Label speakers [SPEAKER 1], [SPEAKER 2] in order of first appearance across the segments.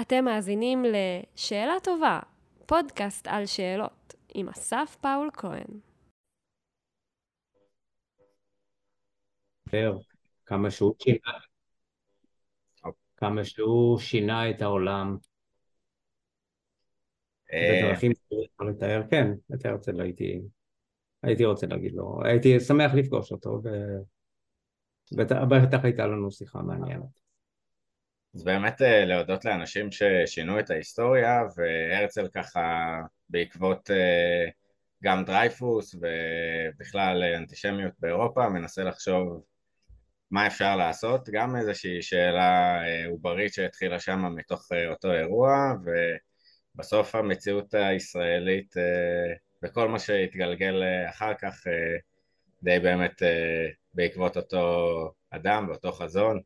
[SPEAKER 1] אתם מאזינים לשאלה טובה, פודקאסט על שאלות, עם אסף פאול כהן.
[SPEAKER 2] כמה שהוא שינה את העולם בדרכים שאפשר לתאר. כן, את הרצל הייתי רוצה להגיד לו, הייתי שמח לפגוש אותו, ובטח הייתה לנו שיחה מעניינת.
[SPEAKER 3] אז באמת להודות לאנשים ששינו את ההיסטוריה, והרצל ככה בעקבות גם דרייפוס ובכלל אנטישמיות באירופה מנסה לחשוב מה אפשר לעשות, גם איזושהי שאלה עוברית שהתחילה שם מתוך אותו אירוע, ובסוף המציאות הישראלית וכל מה שהתגלגל אחר כך די באמת בעקבות אותו אדם ואותו חזון.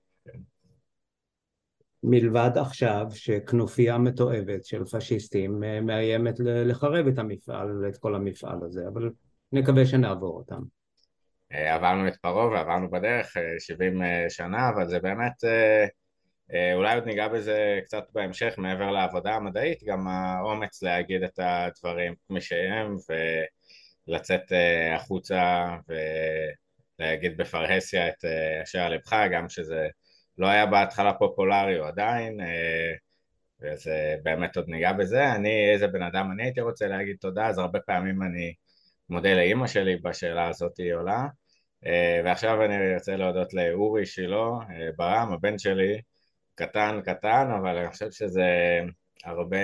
[SPEAKER 2] מלבד עכשיו שכנופיה מתועבת של פשיסטים מאיימת לחרב את המפעל, את כל המפעל הזה, אבל נקווה שנעבור אותם.
[SPEAKER 3] עברנו את פרעה ועברנו בדרך 70 שנה, אבל זה באמת, אולי עוד ניגע בזה קצת בהמשך מעבר לעבודה המדעית, גם האומץ להגיד את הדברים כמי שהם ולצאת החוצה ולהגיד בפרהסיה את אשר על לבך, גם שזה לא היה בהתחלה פופולרי או עדיין, אז באמת עוד ניגע בזה. איזה בן אדם אני הייתי רוצה להגיד תודה, אז הרבה פעמים אני מודה לאמא שלי בשאלה הזאת היא עולה, ועכשיו אני רוצה להודות לאורי שילה ברם, הבן שלי, קטן קטן, אבל אני חושב שזה הרבה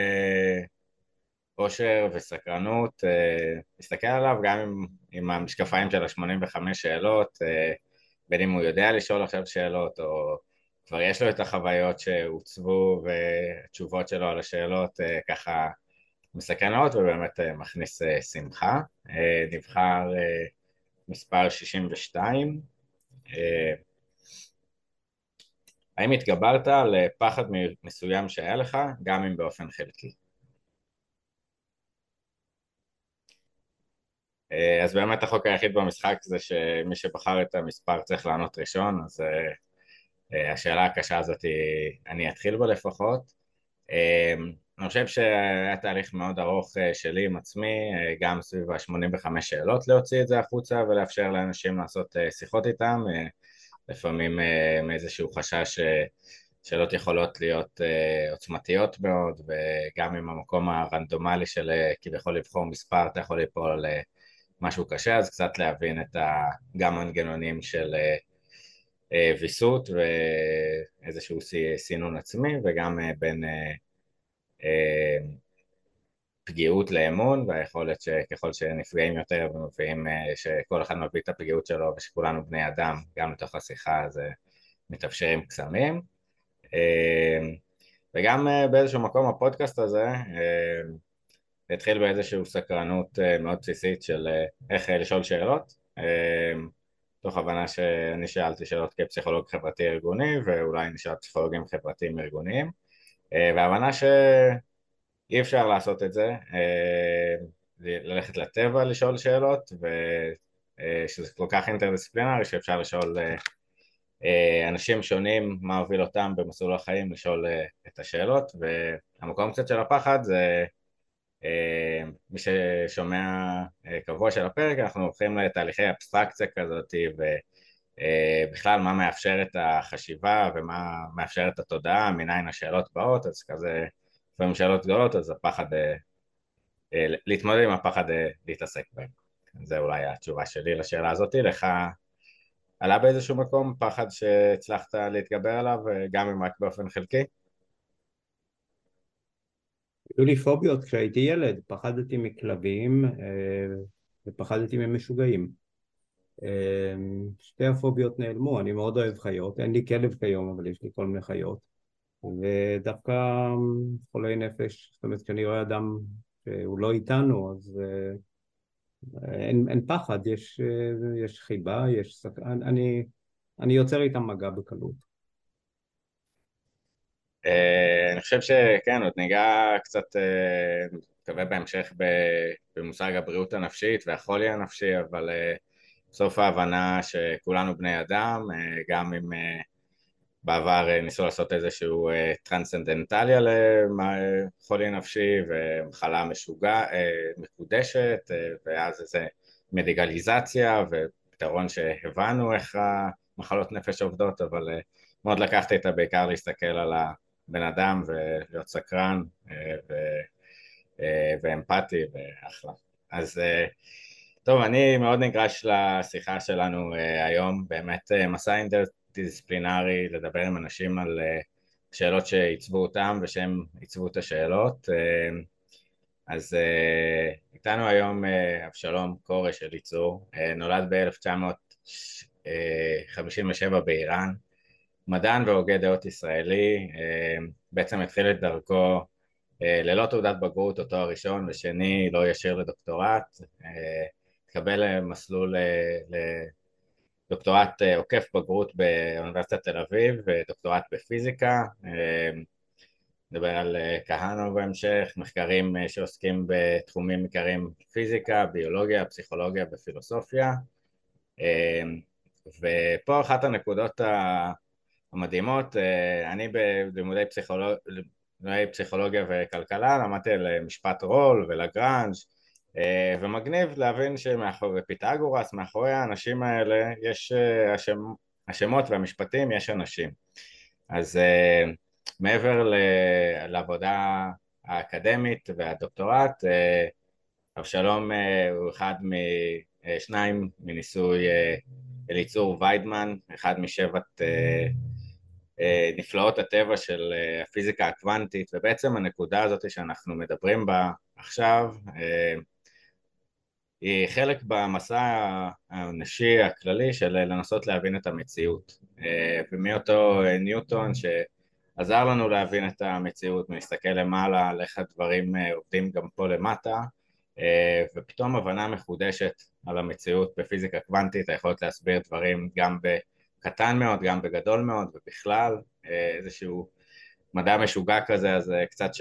[SPEAKER 3] אושר וסקרנות, להסתכל עליו גם עם המשקפיים של ה-85 שאלות, בין אם הוא יודע לשאול עכשיו שאלות או כבר יש לו את החוויות שהוצבו והתשובות שלו על השאלות ככה מסקרנות ובאמת מכניס שמחה. נבחר מספר 62. האם התגברת לפחד מסוים שהיה לך, גם אם באופן חלקי? אז באמת החוק היחיד במשחק זה שמי שבחר את המספר צריך לענות ראשון, אז השאלה הקשה הזאת אני אתחיל בה לפחות. אני חושב שהיה תהליך מאוד ארוך שלי עם עצמי, גם סביב ה-85 שאלות להוציא את זה החוצה ולאפשר לאנשים לעשות שיחות איתם, לפעמים מאיזשהו חשש שאלות יכולות להיות עוצמתיות מאוד, וגם עם המקום הרנדומלי של כביכול לבחור מספר אתה יכול ליפול על משהו קשה, אז קצת להבין את גם מנגנונים של ויסות ואיזשהו סינון עצמי, וגם בין פגיעות לאמון, והיכולת שככל שנפגעים יותר ומביאים שכל אחד מביא את הפגיעות שלו ושכולנו בני אדם, גם לתוך השיחה אז מתאפשרים קסמים. וגם באיזשהו מקום הפודקאסט הזה התחיל באיזושהי סקרנות מאוד בסיסית של איך לשאול שאלות, תוך הבנה שאני שאלתי שאלות כפסיכולוג חברתי ארגוני ואולי נשאל פסיכולוגים חברתיים ארגוניים, והבנה שאי אפשר לעשות את זה, ללכת לטבע לשאול שאלות, ושזה כל כך אינטרדיסציפלינרי שאפשר לשאול אנשים שונים מה הוביל אותם במסלול החיים לשאול את השאלות. והמקום קצת של הפחד זה מי ששומע קבוע של הפרק, אנחנו הולכים לתהליכי אבסטרקציה כזאת ובכלל מה מאפשר את החשיבה ומה מאפשר את התודעה, מניין השאלות באות, אז כזה לפעמים שאלות גדולות אז הפחד, להתמודד עם הפחד להתעסק בהם. זה אולי התשובה שלי לשאלה הזאת. לך עלה באיזשהו מקום פחד שהצלחת להתגבר עליו גם אם רק באופן חלקי?
[SPEAKER 2] היו לי פוביות כשהייתי ילד, פחדתי מכלבים ופחדתי ממשוגעים. שתי הפוביות נעלמו, אני מאוד אוהב חיות, אין לי כלב כיום אבל יש לי כל מיני חיות, ודווקא חולי נפש, זאת אומרת כשאני רואה אדם שהוא לא איתנו אז אין פחד, יש חיבה, אני יוצר איתם מגע בקלות.
[SPEAKER 3] אני חושב שכן, עוד ניגע קצת, מקווה בהמשך במושג הבריאות הנפשית והחולי הנפשי, אבל בסוף ההבנה שכולנו בני אדם, גם עם בעבר ניסו לעשות איזשהו טרנסצנדנטליה לחולי נפשי ומחלה מקודשת, ואז איזה מדיקליזציה ופתרון שהבנו איך המחלות נפש עובדות, אבל מאוד לקחתי את בעיקר להסתכל על הבן אדם ולהיות סקרן ואמפתי ואחלה. אז טוב, אני מאוד נגרש לשיחה שלנו היום, באמת מסע אינטרדיסציפלינרי, לדבר עם אנשים על שאלות שעיצבו אותם ושהם עיצבו את השאלות. אז איתנו היום אבשלום כורש אליצור, נולד ב-1957 באיראן, מדען והוגה דעות ישראלי, בעצם התחיל את דרכו ללא תעודת בגרות או תואר ראשון ושני, לא ישיר לדוקטורט, התקבל למסלול לדוקטורט עוקף בגרות באוניברסיטת תל אביב ודוקטורט בפיזיקה, נדבר על כהנוב בהמשך, מחקרים שעוסקים בתחומים עיקריים פיזיקה, ביולוגיה, פסיכולוגיה ופילוסופיה, ופה אחת הנקודות המדהימות, אני בלימודי פסיכולוגיה וכלכלה למדתי על משפט רול ולגרנז', ומגניב להבין שמאחורי פיתגורס, מאחורי האנשים האלה יש השמות והמשפטים, יש אנשים. אז מעבר לעבודה האקדמית והדוקטורט, אבשלום הוא אחד משניים מניסוי אליצור ויידמן, אחד משבעת נפלאות הטבע של הפיזיקה הקוונטית, ובעצם הנקודה הזאת שאנחנו מדברים בה עכשיו היא חלק במסע האנושי הכללי של לנסות להבין את המציאות, ומאותו ניוטון שעזר לנו להבין את המציאות, מלהסתכל למעלה על איך הדברים עובדים גם פה למטה, ופתאום הבנה מחודשת על המציאות בפיזיקה קוונטית, היכולת להסביר דברים גם בקטן מאוד, גם בגדול מאוד, ובכלל איזשהו מדע משוגע כזה, אז קצת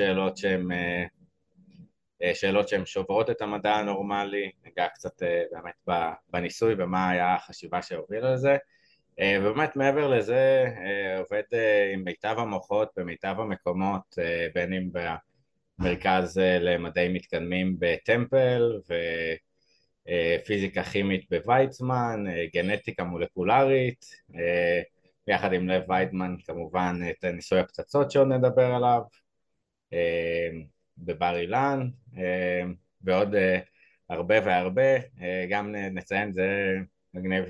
[SPEAKER 3] שאלות שהן שוברות את המדע הנורמלי, ניגע קצת באמת בניסוי ומה היה החשיבה שהובילה לזה, ובאמת מעבר לזה עובד עם מיטב המוחות במיטב המקומות, בין אם במרכז למדעים מתקדמים בטמפל ופיזיקה כימית בוויצמן, גנטיקה מולקולרית, ביחד עם לב ויידמן כמובן את ניסוי הפצצות שעוד נדבר עליו, בבר אילן, ועוד הרבה והרבה, גם נציין זה מגניב,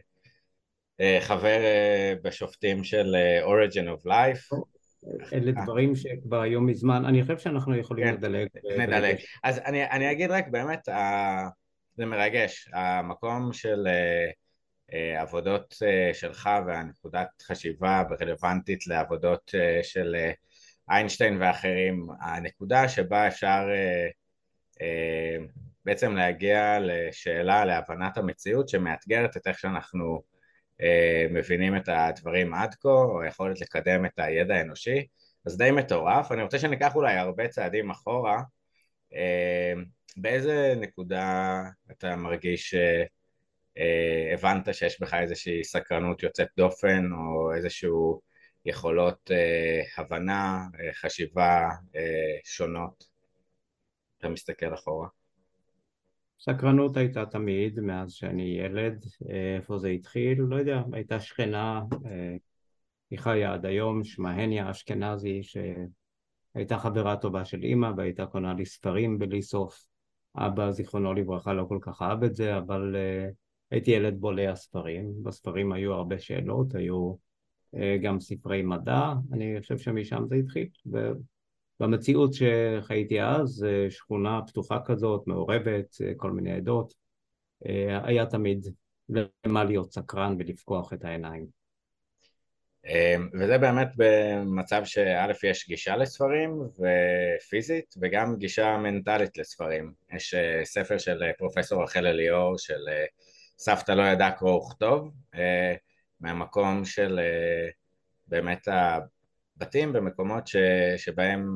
[SPEAKER 3] חבר בשופטים של Origin of Life.
[SPEAKER 2] אלה דברים שכבר היום מזמן, אני חושב שאנחנו יכולים
[SPEAKER 3] כן,
[SPEAKER 2] לדלג.
[SPEAKER 3] נדלג. אז אני אגיד רק באמת, זה מרגש, המקום של עבודות שלך והנקודת חשיבה רלוונטית לעבודות של איינשטיין ואחרים, הנקודה שבה אפשר בעצם להגיע לשאלה להבנת המציאות שמאתגרת את איך שאנחנו מבינים את הדברים עד כה, או יכולת לקדם את הידע האנושי, אז די מטורף. אני רוצה שניקח אולי הרבה צעדים אחורה, באיזה נקודה אתה מרגיש הבנת שיש בך איזושהי סקרנות יוצאת דופן, או איזשהו יכולות הבנה, חשיבה שונות, אתה מסתכל אחורה?
[SPEAKER 2] סקרנות הייתה תמיד, מאז שאני ילד. איפה זה התחיל? לא יודע, הייתה שכנה, היא חיה עד היום, שמה הניה אשכנזי, שהייתה חברה טובה של אמא, והייתה קונה לי ספרים בלי סוף. אבא, זיכרונו לברכה, לא כל כך אהב את זה, אבל הייתי ילד בולע ספרים. בספרים היו הרבה שאלות, היו גם ספרי מדע. אני חושב שמשם זה התחיל. במציאות שחייתי אז, שכונה פתוחה כזאת, מעורבת, כל מיני עדות, היה תמיד למה להיות סקרן ולפקוח את העיניים.
[SPEAKER 3] וזה באמת במצב שא' יש גישה לספרים ופיזית, וגם גישה מנטלית לספרים. יש ספר של פרופסור רחל אליאור של סבתא לא ידעה קרוא וכתוב, מהמקום של באמת הבתים במקומות שבהם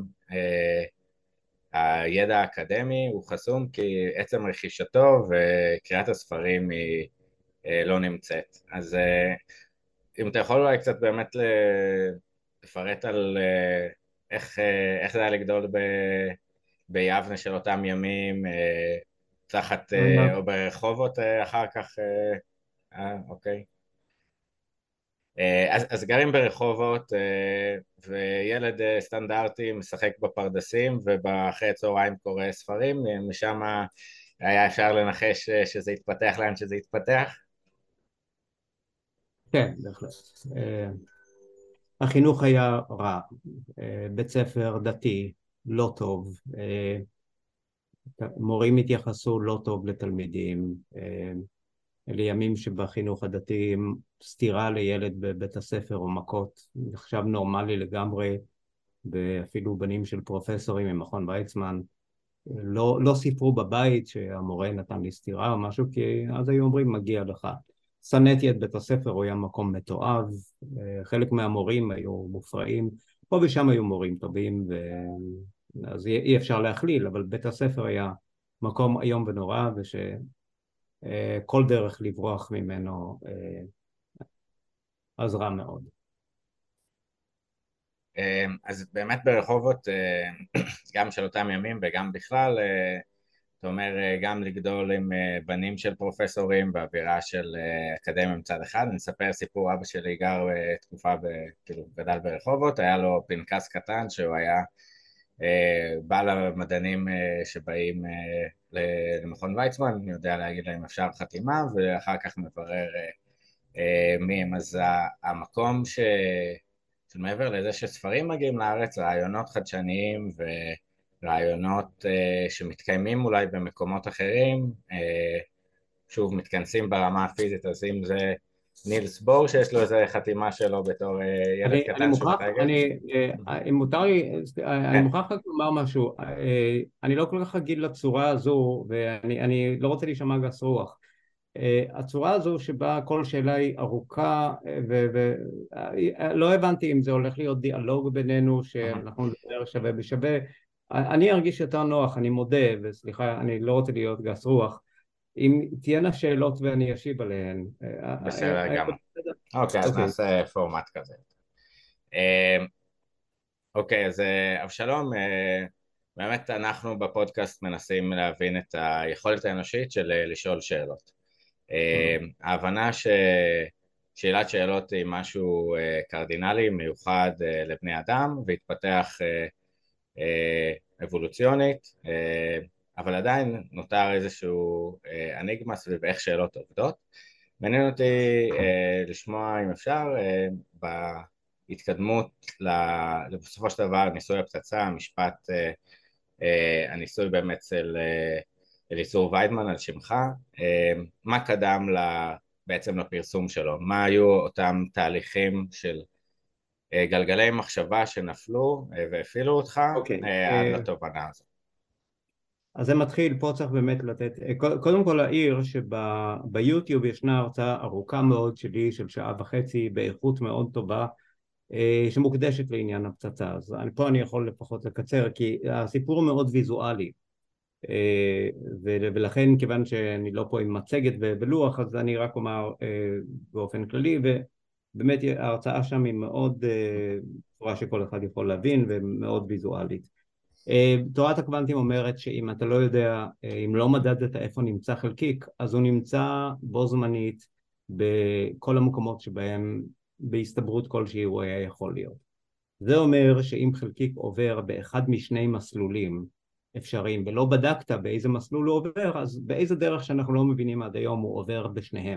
[SPEAKER 3] הידע האקדמי הוא חסום, כי עצם רכישתו וקריאת הספרים היא לא נמצאת. אז אם אתה יכול אולי קצת באמת לפרט על איך זה היה לגדול ביבנה של אותם ימים, תחת או ברחובות אחר כך, אוקיי. אז גרים ברחובות, וילד סטנדרטי משחק בפרדסים ובאחרי הצהריים קורא ספרים, משם היה אפשר לנחש שזה יתפתח לאן שזה יתפתח?
[SPEAKER 2] כן, בהחלט. החינוך היה רע, בית ספר דתי, לא טוב, מורים התייחסו לא טוב לתלמידים, אלה ימים שבחינוך הדתי סתירה לילד בבית הספר או מכות נחשב נורמלי לגמרי, ואפילו בנים של פרופסורים ממכון ויצמן לא סיפרו בבית שהמורה נתן לי סתירה או משהו, כי אז היו אומרים מגיע לך. שנאתי את בית הספר, הוא היה מקום מתועב, חלק מהמורים היו מופרעים, פה ושם היו מורים טובים, אז אי אפשר להכליל, אבל בית הספר היה מקום איום ונורא, ושכל דרך לברוח ממנו עזרה מאוד.
[SPEAKER 3] אז באמת ברחובות, גם של אותם ימים וגם בכלל, זאת אומרת, גם לגדול עם בנים של פרופסורים באווירה של אקדמיה מצד אחד. אני אספר סיפור, אבא שלי גר תקופה, כאילו גדל ברחובות, היה לו פנקס קטן שהוא היה בא למדענים שבאים למכון ויצמן, אני יודע להגיד להם אפשר חתימה, ואחר כך מברר מי הם. אז המקום שמעבר לזה שספרים מגיעים לארץ, רעיונות חדשניים ורעיונות שמתקיימים אולי במקומות אחרים, שוב מתכנסים ברמה הפיזית. אז אם זה נילס בור שיש לו איזה חתימה שלו בתור ילד קטן שמתרגל.
[SPEAKER 2] אם מותר לי, אני
[SPEAKER 3] כן.
[SPEAKER 2] מוכרח רק לומר משהו, אני לא כל כך אגיד לצורה הזו, ואני לא רוצה להישמע גס רוח. הצורה הזו שבה כל שאלה היא ארוכה, ולא הבנתי אם זה הולך להיות דיאלוג בינינו, שאנחנו נדבר שווה בשווה. אני ארגיש יותר נוח, אני מודה, וסליחה, אני לא רוצה להיות גס רוח. אם תהיינה שאלות ואני אשיב עליהן.
[SPEAKER 3] בסדר גם. אוקיי, אז נעשה פורמט כזה. אוקיי, אז אבשלום, באמת אנחנו בפודקאסט מנסים להבין את היכולת האנושית של לשאול שאלות. ההבנה ששאלת שאלות היא משהו קרדינלי, מיוחד לבני אדם, והתפתח אבולוציונית, אבל עדיין נותר איזשהו אניגמה סביב איך שאלות עובדות. מעניין אותי לשמוע אם אפשר בהתקדמות בסופו של דבר ניסוי הפצצה, המשפט הניסוי באמת של אליצור ויידמן על שמך, מה קדם בעצם לפרסום שלו? מה היו אותם תהליכים של גלגלי מחשבה שנפלו והפעילו אותך עד לתובנה הזאת?
[SPEAKER 2] אז זה מתחיל, פה צריך באמת לתת, קודם כל להעיר שביוטיוב ישנה הרצאה ארוכה מאוד שלי של 1.5 שעה באיכות מאוד טובה, שמוקדשת לעניין הפצצה. אז פה אני יכול לפחות לקצר, כי הסיפור מאוד ויזואלי, ולכן כיוון שאני לא פה עם מצגת ולוח, אז אני רק אומר באופן כללי, ובאמת ההרצאה שם היא מאוד צורה שכל אחד יכול להבין ומאוד ויזואלית. תורת הקוונטים אומרת שאם אתה לא יודע, אם לא מדדת איפה נמצא חלקיק, אז הוא נמצא בו זמנית בכל המקומות שבהם בהסתברות כלשהי הוא היה יכול להיות. זה אומר שאם חלקיק עובר באחד משני מסלולים אפשריים ולא בדקת באיזה מסלול הוא עובר, אז באיזה דרך שאנחנו לא מבינים עד היום הוא עובר בשניהם.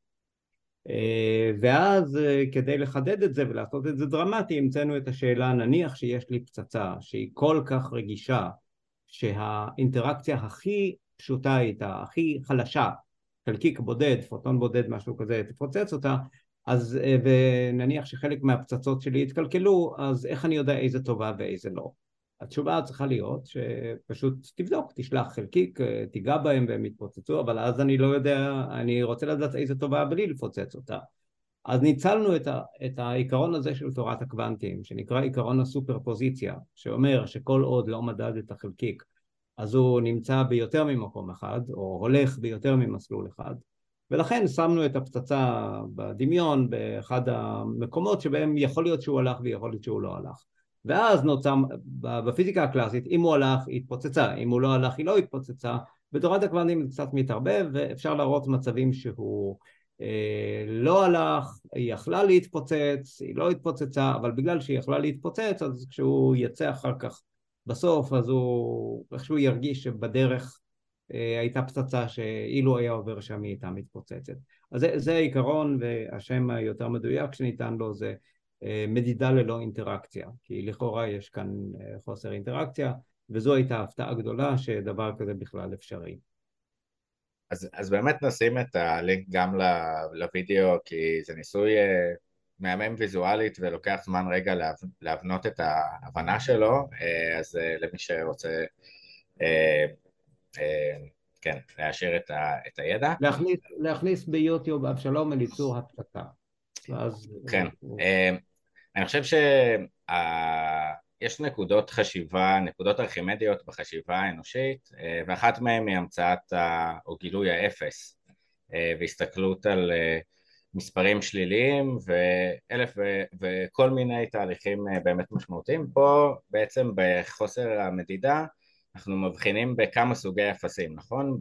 [SPEAKER 2] ואז כדי לחדד את זה ולעשות את זה דרמטי, המצאנו את השאלה, נניח שיש לי פצצה שהיא כל כך רגישה, שהאינטראקציה הכי פשוטה איתה, הכי חלשה, חלקיק בודד, פוטון בודד, משהו כזה, תפוצץ אותה, אז ונניח שחלק מהפצצות שלי התקלקלו, אז איך אני יודע איזה טובה ואיזה לא? התשובה צריכה להיות שפשוט תבדוק, תשלח חלקיק, תיגע בהם והם יתפוצצו, אבל אז אני לא יודע, אני רוצה לדעת איזה טובה בלי לפוצץ אותה. אז ניצלנו את העיקרון הזה של תורת הקוונטים, שנקרא עיקרון הסופרפוזיציה, שאומר שכל עוד לא מדד את החלקיק, אז הוא נמצא ביותר ממקום אחד, או הולך ביותר ממסלול אחד, ולכן שמנו את הפצצה בדמיון באחד המקומות שבהם יכול להיות שהוא הלך ויכול להיות שהוא לא הלך. ואז נוצר, בפיזיקה הקלאסית, אם הוא הלך, היא התפוצצה, אם הוא לא הלך, היא לא התפוצצה. בתורת הקוונטים קצת מתערבב, ואפשר להראות מצבים שהוא לא הלך, היא יכלה להתפוצץ, היא לא התפוצצה, אבל בגלל שהיא יכלה להתפוצץ, אז כשהוא יצא אחר כך בסוף, אז הוא איכשהו ירגיש שבדרך הייתה פצצה שאילו היה עובר שם היא הייתה מתפוצצת. אז זה העיקרון, והשם היותר מדויק שניתן לו זה מדידה ללא אינטראקציה, כי לכאורה יש כאן חוסר אינטראקציה, וזו הייתה הפתעה גדולה שדבר כזה בכלל אפשרי.
[SPEAKER 3] אז באמת נשים את הלינק גם לוידאו, כי זה ניסוי מהמם ויזואלית ולוקח זמן רגע להבנות את ההבנה שלו, אז למי שרוצה כן, להשאיר את הידע.
[SPEAKER 2] להכניס ביוטיוב אבשלום אליצור הפצצה.
[SPEAKER 3] כן, אני חושב שיש נקודות חשיבה, נקודות ארכימדיות בחשיבה האנושית, ואחת מהן היא המצאת או גילוי האפס, והסתכלות על מספרים שליליים וכל מיני תהליכים באמת משמעותיים. פה בעצם בחוסר המדידה אנחנו מבחינים בכמה סוגי אפסים, נכון?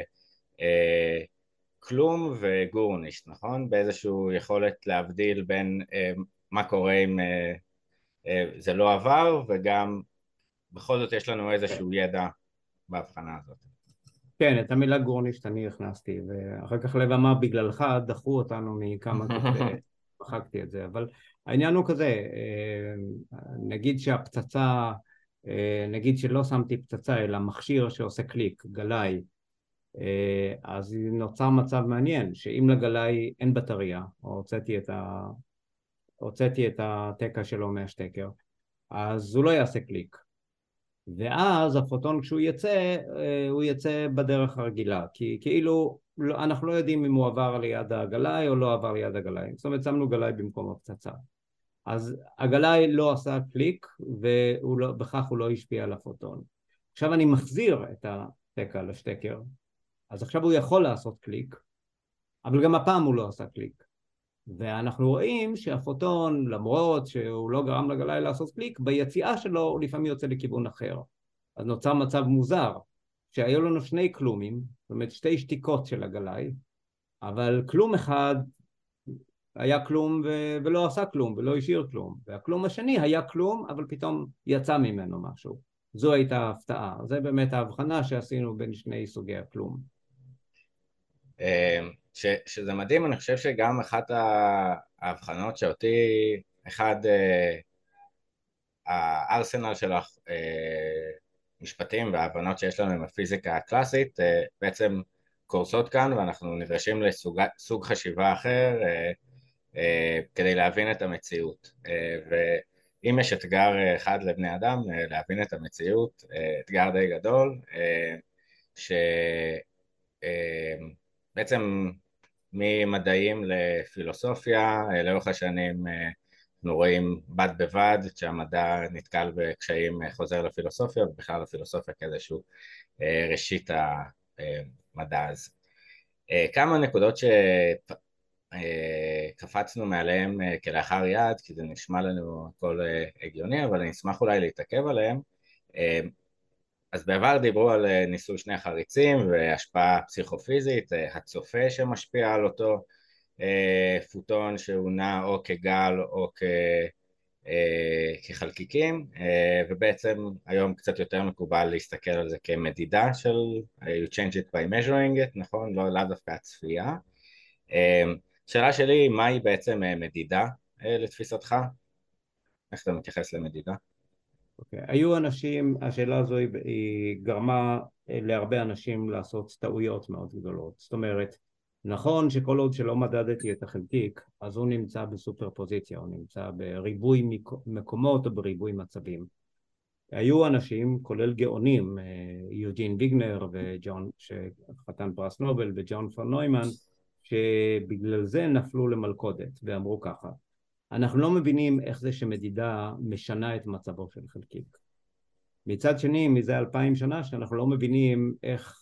[SPEAKER 3] בכלום וגורנישט, נכון? באיזשהו יכולת להבדיל בין מה קורה אם זה לא עבר, וגם בכל זאת יש לנו איזשהו ידע בהבחנה הזאת.
[SPEAKER 2] כן, את המילה גורנישט אני הכנסתי, ואחר כך לב אמר בגללך דחו אותנו מכמה כזה, מחקתי את זה, אבל העניין הוא כזה, נגיד שהפצצה, נגיד שלא שמתי פצצה אלא מכשיר שעושה קליק, גלאי, אז נוצר מצב מעניין, שאם לגלאי אין בטריה, או הוצאתי את התקע שלו מהשטקר, אז הוא לא יעשה קליק. ואז הפוטון כשהוא יצא, הוא יצא בדרך הרגילה, כי כאילו אנחנו לא יודעים אם הוא עבר ליד הגלאי או לא עבר ליד הגלאי, זאת אומרת שמנו גלאי במקום הפצצה. אז הגלאי לא עשה קליק, ובכך הוא לא השפיע על הפוטון. עכשיו אני מחזיר את התקע לשטקר, אז עכשיו הוא יכול לעשות קליק, אבל גם הפעם הוא לא עשה קליק. ואנחנו רואים שהפוטון, למרות שהוא לא גרם לגלאי לעשות קליק, ביציאה שלו הוא לפעמים יוצא לכיוון אחר. אז נוצר מצב מוזר, שהיו לנו שני כלומים, זאת אומרת שתי שתיקות של הגלאי, אבל כלום אחד היה כלום ולא עשה כלום ולא השאיר כלום, והכלום השני היה כלום, אבל פתאום יצא ממנו משהו. זו הייתה ההפתעה, זה באמת ההבחנה שעשינו בין שני סוגי הכלום.
[SPEAKER 3] שזה מדהים, אני חושב שגם אחת ההבחנות שאותי, אחד הארסנל של המשפטים וההבנות שיש לנו עם הפיזיקה הקלאסית בעצם קורסות כאן, ואנחנו נדרשים לסוג חשיבה אחר כדי להבין את המציאות. ואם יש אתגר אחד לבני אדם להבין את המציאות, אתגר די גדול, שבעצם ממדעים לפילוסופיה, לאורך השנים אנחנו רואים בד בבד שהמדע נתקל בקשיים, חוזר לפילוסופיה, ובכלל לפילוסופיה כאיזשהו ראשית המדע הזה. כמה נקודות שקפצנו מעליהם כלאחר יד, כי זה נשמע לנו הכל הגיוני, אבל אני אשמח אולי להתעכב עליהם. אז בעבר דיברו על ניסוי שני חריצים והשפעה פסיכופיזית, הצופה שמשפיע על אותו פוטון שהוא נע או כגל או כחלקיקים, ובעצם היום קצת יותר מקובל להסתכל על זה כמדידה של you change it by measuring it, נכון? לא דווקא הצפייה. שאלה שלי, מהי בעצם מדידה לתפיסתך? איך אתה מתייחס למדידה?
[SPEAKER 2] היו אנשים, השאלה הזו היא גרמה להרבה אנשים לעשות טעויות מאוד גדולות. זאת אומרת, נכון שכל עוד שלא מדדתי את החלקיק, אז הוא נמצא בסופר פוזיציה, הוא נמצא בריבוי מקומות או בריבוי מצבים. היו אנשים, כולל גאונים, יוג'ין ויגנר וג'ון, שחתן פרס נובל, וג'ון פון נוימן, שבגלל זה נפלו למלכודת ואמרו ככה, אנחנו לא מבינים איך זה שמדידה משנה את מצבו של חלקיק. מצד שני, מזה 2000 שנה שאנחנו לא מבינים איך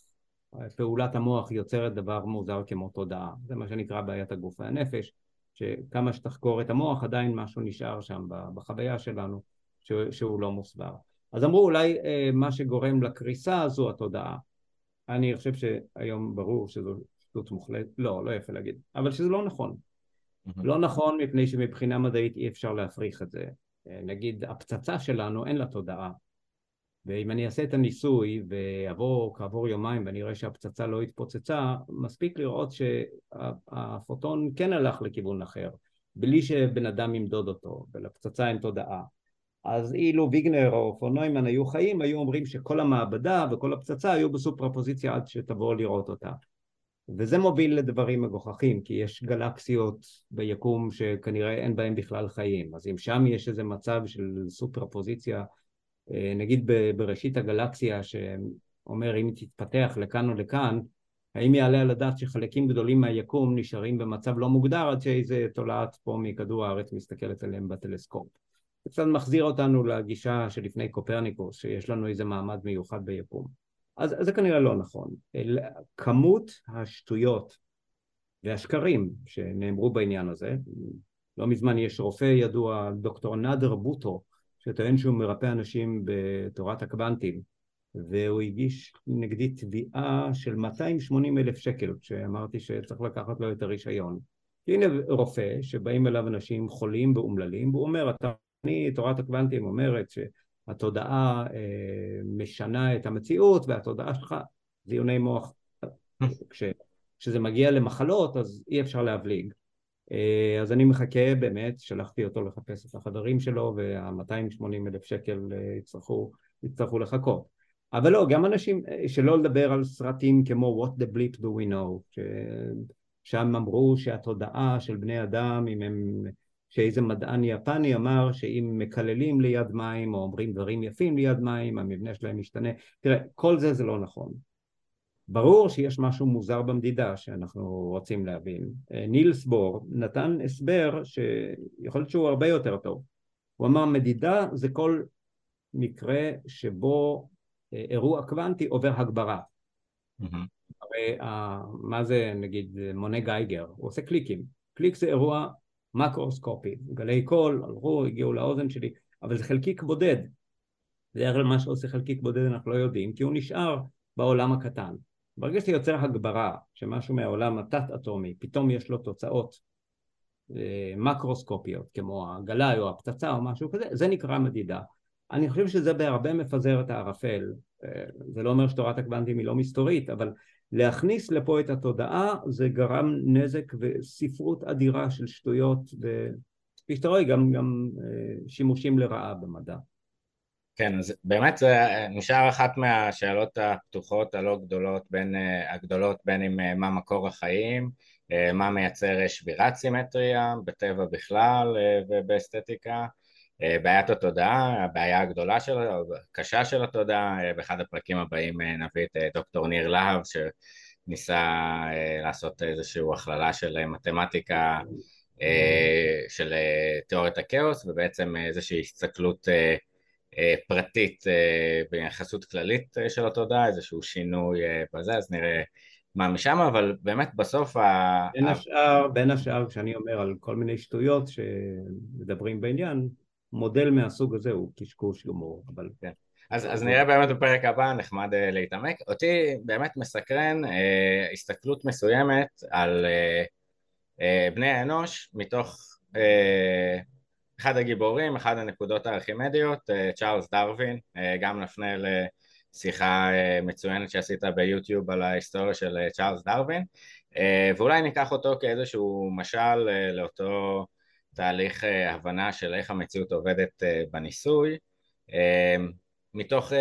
[SPEAKER 2] פעולת המוח יוצרת דבר מוזר כמו תודעה. זה מה שנקרא בעיית הגוף והנפש, שכמה שתחקור את המוח עדיין משהו נשאר שם בחוויה שלנו שהוא לא מוסבר. אז אמרו אולי מה שגורם לקריסה זו התודעה. אני חושב שהיום ברור שזו שטות מוחלטת, לא יפה להגיד, אבל שזה לא נכון. לא נכון מפני שמבחינה מדעית אי אפשר להפריך את זה. נגיד הפצצה שלנו אין לה תודעה, ואם אני אעשה את הניסוי ועבור כעבור יומיים ואני אראה שהפצצה לא התפוצצה, מספיק לראות שהפוטון כן הלך לכיוון אחר, בלי שבן אדם ימדוד אותו, ולפצצה אין תודעה. אז אילו ויגנר או פון נוימן היו חיים, היו אומרים שכל המעבדה וכל הפצצה היו בסופרפוזיציה עד שתבוא לראות אותה. וזה מוביל לדברים מגוחכים, כי יש גלקסיות ביקום שכנראה אין בהם בכלל חיים. אז אם שם יש איזה מצב של סופרפוזיציה, נגיד בראשית הגלקסיה, שאומר אם תתפתח לכאן או לכאן, האם יעלה על הדעת שחלקים גדולים מהיקום נשארים במצב לא מוגדר, עד שאיזה תולעת פה מכדור הארץ מסתכלת עליהם בטלסקופ. זה קצת מחזיר אותנו לגישה שלפני קופרניקוס, שיש לנו איזה מעמד מיוחד ביקום. אז זה כנראה לא נכון. כמות השטויות והשקרים שנאמרו בעניין הזה, לא מזמן יש רופא ידוע, דוקטור נאדר בוטו, שטוען שהוא מרפא אנשים בתורת הקוונטים, והוא הגיש נגדי תביעה של 280,000 שקל, כשאמרתי שצריך לקחת לו את הרישיון. הנה רופא שבאים אליו אנשים חולים ואומללים, והוא אומר, תורת הקוונטים אומרת שהתודעה משנה את המציאות, והתודעה שלך זיוני מוח. כשזה מגיע למחלות, אז אי אפשר להבליג. אז אני מחכה באמת, שלחתי אותו לחפש את החדרים שלו, וה-280,000 שקל יצטרכו לחכות. אבל לא, גם אנשים, שלא לדבר על סרטים כמו What the Bleep Do We Know, שם אמרו שהתודעה של בני אדם, שאיזה מדען יפני אמר שאם מקללים ליד מים, או אומרים דברים יפים ליד מים, המבנה שלהם משתנה. תראה, כל זה לא נכון. ברור שיש משהו מוזר במדידה שאנחנו רוצים להבין. נילס בור נתן הסבר שיכול להיות שהוא הרבה יותר טוב. הוא אמר, מדידה זה כל מקרה שבו אירוע קוונטי עובר הגברה. הרי מה זה נגיד מונה גייגר? הוא עושה קליקים. קליק זה אירוע מקרוסקופי. גלי קול, הלכו, הגיעו לאוזן שלי, אבל זה חלקיק בודד. בדרך כלל מה שעושה חלקיק בודד אנחנו לא יודעים, כי הוא נשאר בעולם הקטן. ברגע שיוצר הגברה, שמשהו מהעולם התת-אטומי, פתאום יש לו תוצאות מקרוסקופיות, כמו הגלאי או הפצצה או משהו כזה, זה נקרא מדידה. אני חושב שזה בהרבה מפזר את הערפל. זה לא אומר שתורת הקוונטים היא לא מסתורית, אבל להכניס לפה את התודעה, זה גרם נזק וספרות אדירה של שטויות, וכפי שאתה רואה, גם שימושים לרעה במדע.
[SPEAKER 3] כן, אז באמת זה נשאר אחת מהשאלות הפתוחות הלא גדולות, הגדולות בין אם מה מקור החיים, מה מייצר שבירת סימטריה בטבע בכלל ובאסתטיקה, בעיית התודעה, הבעיה הגדולה של, הקשה של התודעה. באחד הפרקים הבאים נביא את דוקטור ניר להב שניסה לעשות איזושהי הכללה של מתמטיקה של תיאוריית הכאוס, ובעצם איזושהי הסתכלות פרטית ביחסות כללית של התודעה, איזשהו שינוי בזה, אז נראה מה משם. אבל באמת בסוף
[SPEAKER 2] בין השאר כשאני אומר על כל מיני שטויות שמדברים בעניין, מודל מהסוג הזה הוא קשקוש גמור. אבל
[SPEAKER 3] כן. אז נראה באמת בפרק הבא, נחמד להתעמק. אותי באמת מסקרן הסתכלות מסוימת על בני האנוש מתוך אחד הגיבורים, אחד הנקודות הארכימדיות, צ'ארלס דרווין. גם נפנה לשיחה מצוינת שעשית ביוטיוב על ההיסטוריה של צ'ארלס דרווין, ואולי ניקח אותו כאיזשהו משל לאותו תהליך הבנה של איך המציאות עובדת בניסוי, מתוך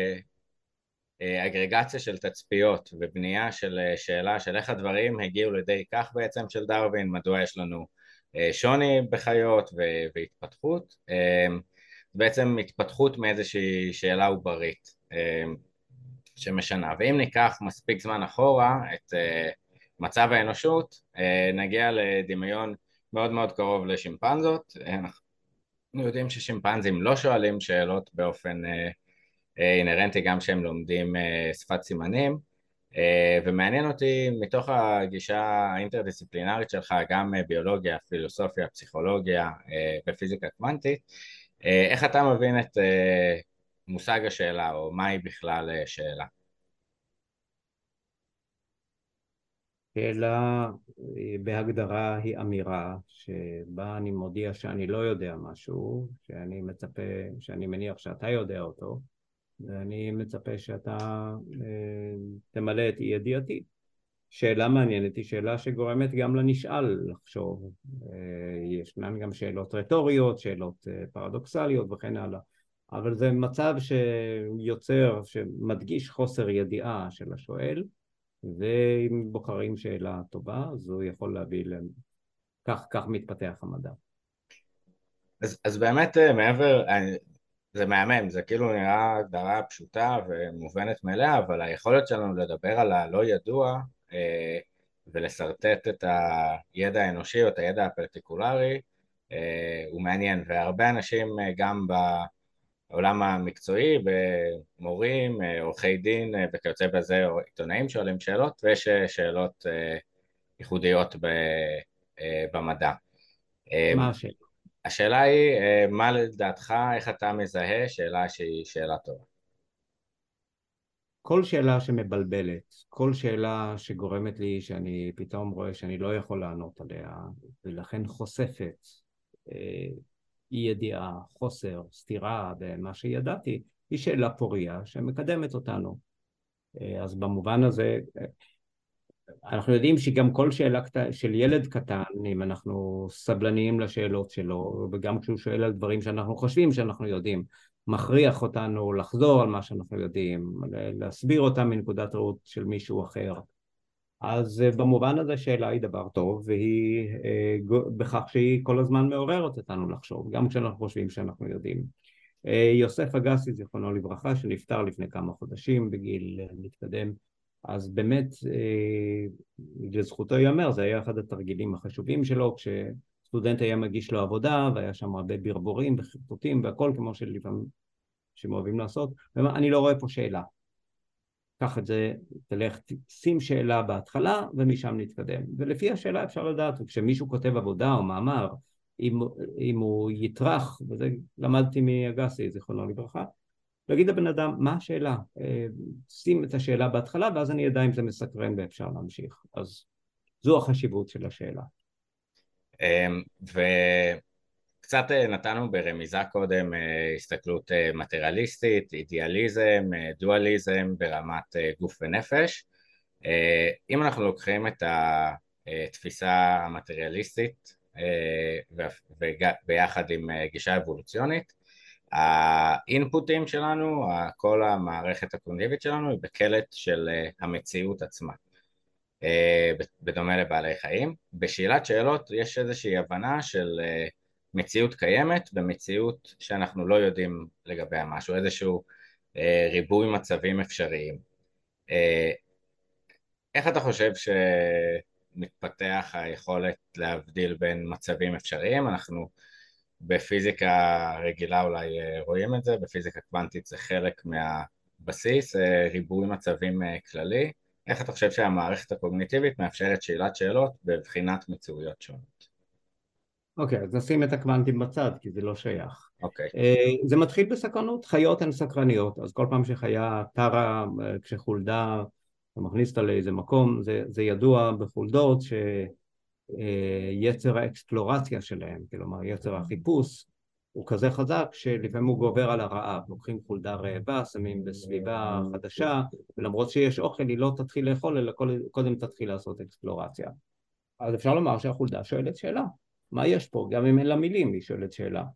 [SPEAKER 3] אגרגציה של תצפיות ובנייה של שאלה של איך הדברים הגיעו לידי כך בעצם של דרווין, מדוע יש לנו שוני בחיות והתפתחות, בעצם התפתחות מאיזושהי שאלה עוברית שמשנה. ואם ניקח מספיק זמן אחורה את מצב האנושות, נגיע לדמיון מאוד מאוד קרוב לשימפנזות. אנחנו יודעים ששימפנזים לא שואלים שאלות באופן אינרנטי, גם שהם לומדים שפת סימנים, ומעניין אותי מתוך הגישה האינטרדיסציפלינרית שלך, גם ביולוגיה, פילוסופיה, פסיכולוגיה ופיזיקה קוונטית, איך אתה מבין את מושג השאלה, או מהי בכלל שאלה?
[SPEAKER 2] שאלה בהגדרה היא אמירה שבה אני מודיע שאני לא יודע משהו, שאני מצפה, שאני מניח שאתה יודע אותו, ואני מצפה שאתה תמלא את אי ידיעתי. שאלה מעניינת היא שאלה שגורמת גם לנשאל לחשוב. ישנן גם שאלות רטוריות, שאלות פרדוקסליות וכן הלאה. אבל זה מצב שיוצר, שמדגיש חוסר ידיעה של השואל, ואם בוחרים שאלה טובה, אז הוא יכול להביא להם. כך מתפתח המדע.
[SPEAKER 3] אז באמת מעבר, זה מהמם, זה כאילו נראה הגדרה פשוטה ומובנת מאליה, אבל היכולת שלנו לדבר על הלא ידוע ולסרטט את הידע האנושי או את הידע הפרטיקולרי הוא מעניין, והרבה אנשים גם בעולם המקצועי, במורים, עורכי דין וכיוצא בזה, או עיתונאים שואלים שאלות, ויש שאלות ייחודיות במדע.
[SPEAKER 2] מה השאלה?
[SPEAKER 3] השאלה היא, מה לדעתך, איך אתה מזהה שאלה שהיא שאלה טובה?
[SPEAKER 2] כל שאלה שמבלבלת, כל שאלה שגורמת לי שאני פתאום רואה שאני לא יכול לענות עליה, ולכן חושפת אי ידיעה, חוסר, סתירה במה שידעתי, היא שאלה פוריה שמקדמת אותנו. אז במובן הזה, אנחנו יודעים שגם כל שאלה של ילד קטן, אם אנחנו סבלניים לשאלות שלו, וגם כשהוא שואל על דברים שאנחנו חושבים שאנחנו יודעים, מכריח אותנו לחזור על מה שאנחנו יודעים, להסביר אותם מנקודת ראות של מישהו אחר. אז במובן הזה שאלה היא דבר טוב, והיא בכך שהיא כל הזמן מעוררת אותנו לחשוב, גם כשאנחנו חושבים שאנחנו יודעים. יוסף אגסי, זיכרונו לברכה, שנפטר לפני כמה חודשים בגיל מתקדם, אז באמת לזכותו ייאמר, זה היה אחד התרגילים החשובים שלו, כשסטודנט היה מגיש לו עבודה, והיה שם הרבה ברבורים וחרטוטים והכל כמו שלפעמים אוהבים לעשות, ואומר, אני לא רואה פה שאלה. קח את זה, תלך, שים שאלה בהתחלה ומשם נתקדם. ולפי השאלה אפשר לדעת, כשמישהו כותב עבודה או מאמר, אם הוא יטרח, וזה למדתי מאגסי, זיכרונו לברכה, להגיד לבן אדם, מה השאלה? שים את השאלה בהתחלה, ואז אני אדע אם זה מסקרן ואפשר להמשיך. אז זו החשיבות של השאלה.
[SPEAKER 3] וקצת נתנו ברמיזה קודם הסתכלות מטריאליסטית, אידיאליזם, דואליזם ברמת גוף ונפש. אם אנחנו לוקחים את התפיסה המטריאליסטית וביחד עם גישה אבולוציונית, האינפוטים שלנו, כל המערכת הקוגניטיבית שלנו היא בקלט של המציאות עצמה, בדומה לבעלי חיים. בשאלת שאלות יש איזושהי הבנה של מציאות קיימת ומציאות שאנחנו לא יודעים לגבי משהו, איזשהו ריבוי מצבים אפשריים. איך אתה חושב שמתפתח היכולת להבדיל בין מצבים אפשריים? אנחנו בפיזיקה רגילה אולי רואים את זה, בפיזיקה קוונטית זה חלק מהבסיס, ריבוי מצבים כללי. איך אתה חושב שהמערכת הקוגניטיבית מאפשרת שאלת שאלות בבחינת מציאויות שונות?
[SPEAKER 2] אוקיי, אז נשים את הקוונטים בצד, כי זה לא שייך.
[SPEAKER 3] אוקיי.
[SPEAKER 2] זה מתחיל בסקרנות, חיות הן סקרניות, אז כל פעם שחיה טרה, כשחולדה, אתה מכניס אותה לאיזה מקום, זה ידוע בחולדות שיצר האקספלורציה שלהם, כלומר יצר החיפוש, הוא כזה חזק שלפעמים הוא גובר על הרעב. לוקחים חולדה רעבה, שמים בסביבה חדשה, ולמרות שיש אוכל היא לא תתחיל לאכול, אלא קודם תתחיל לעשות אקספלורציה. אז אפשר לומר שהחולדה שואלת שאלה, מה יש פה? גם אם אין לה מילים, היא שואלת שאלה.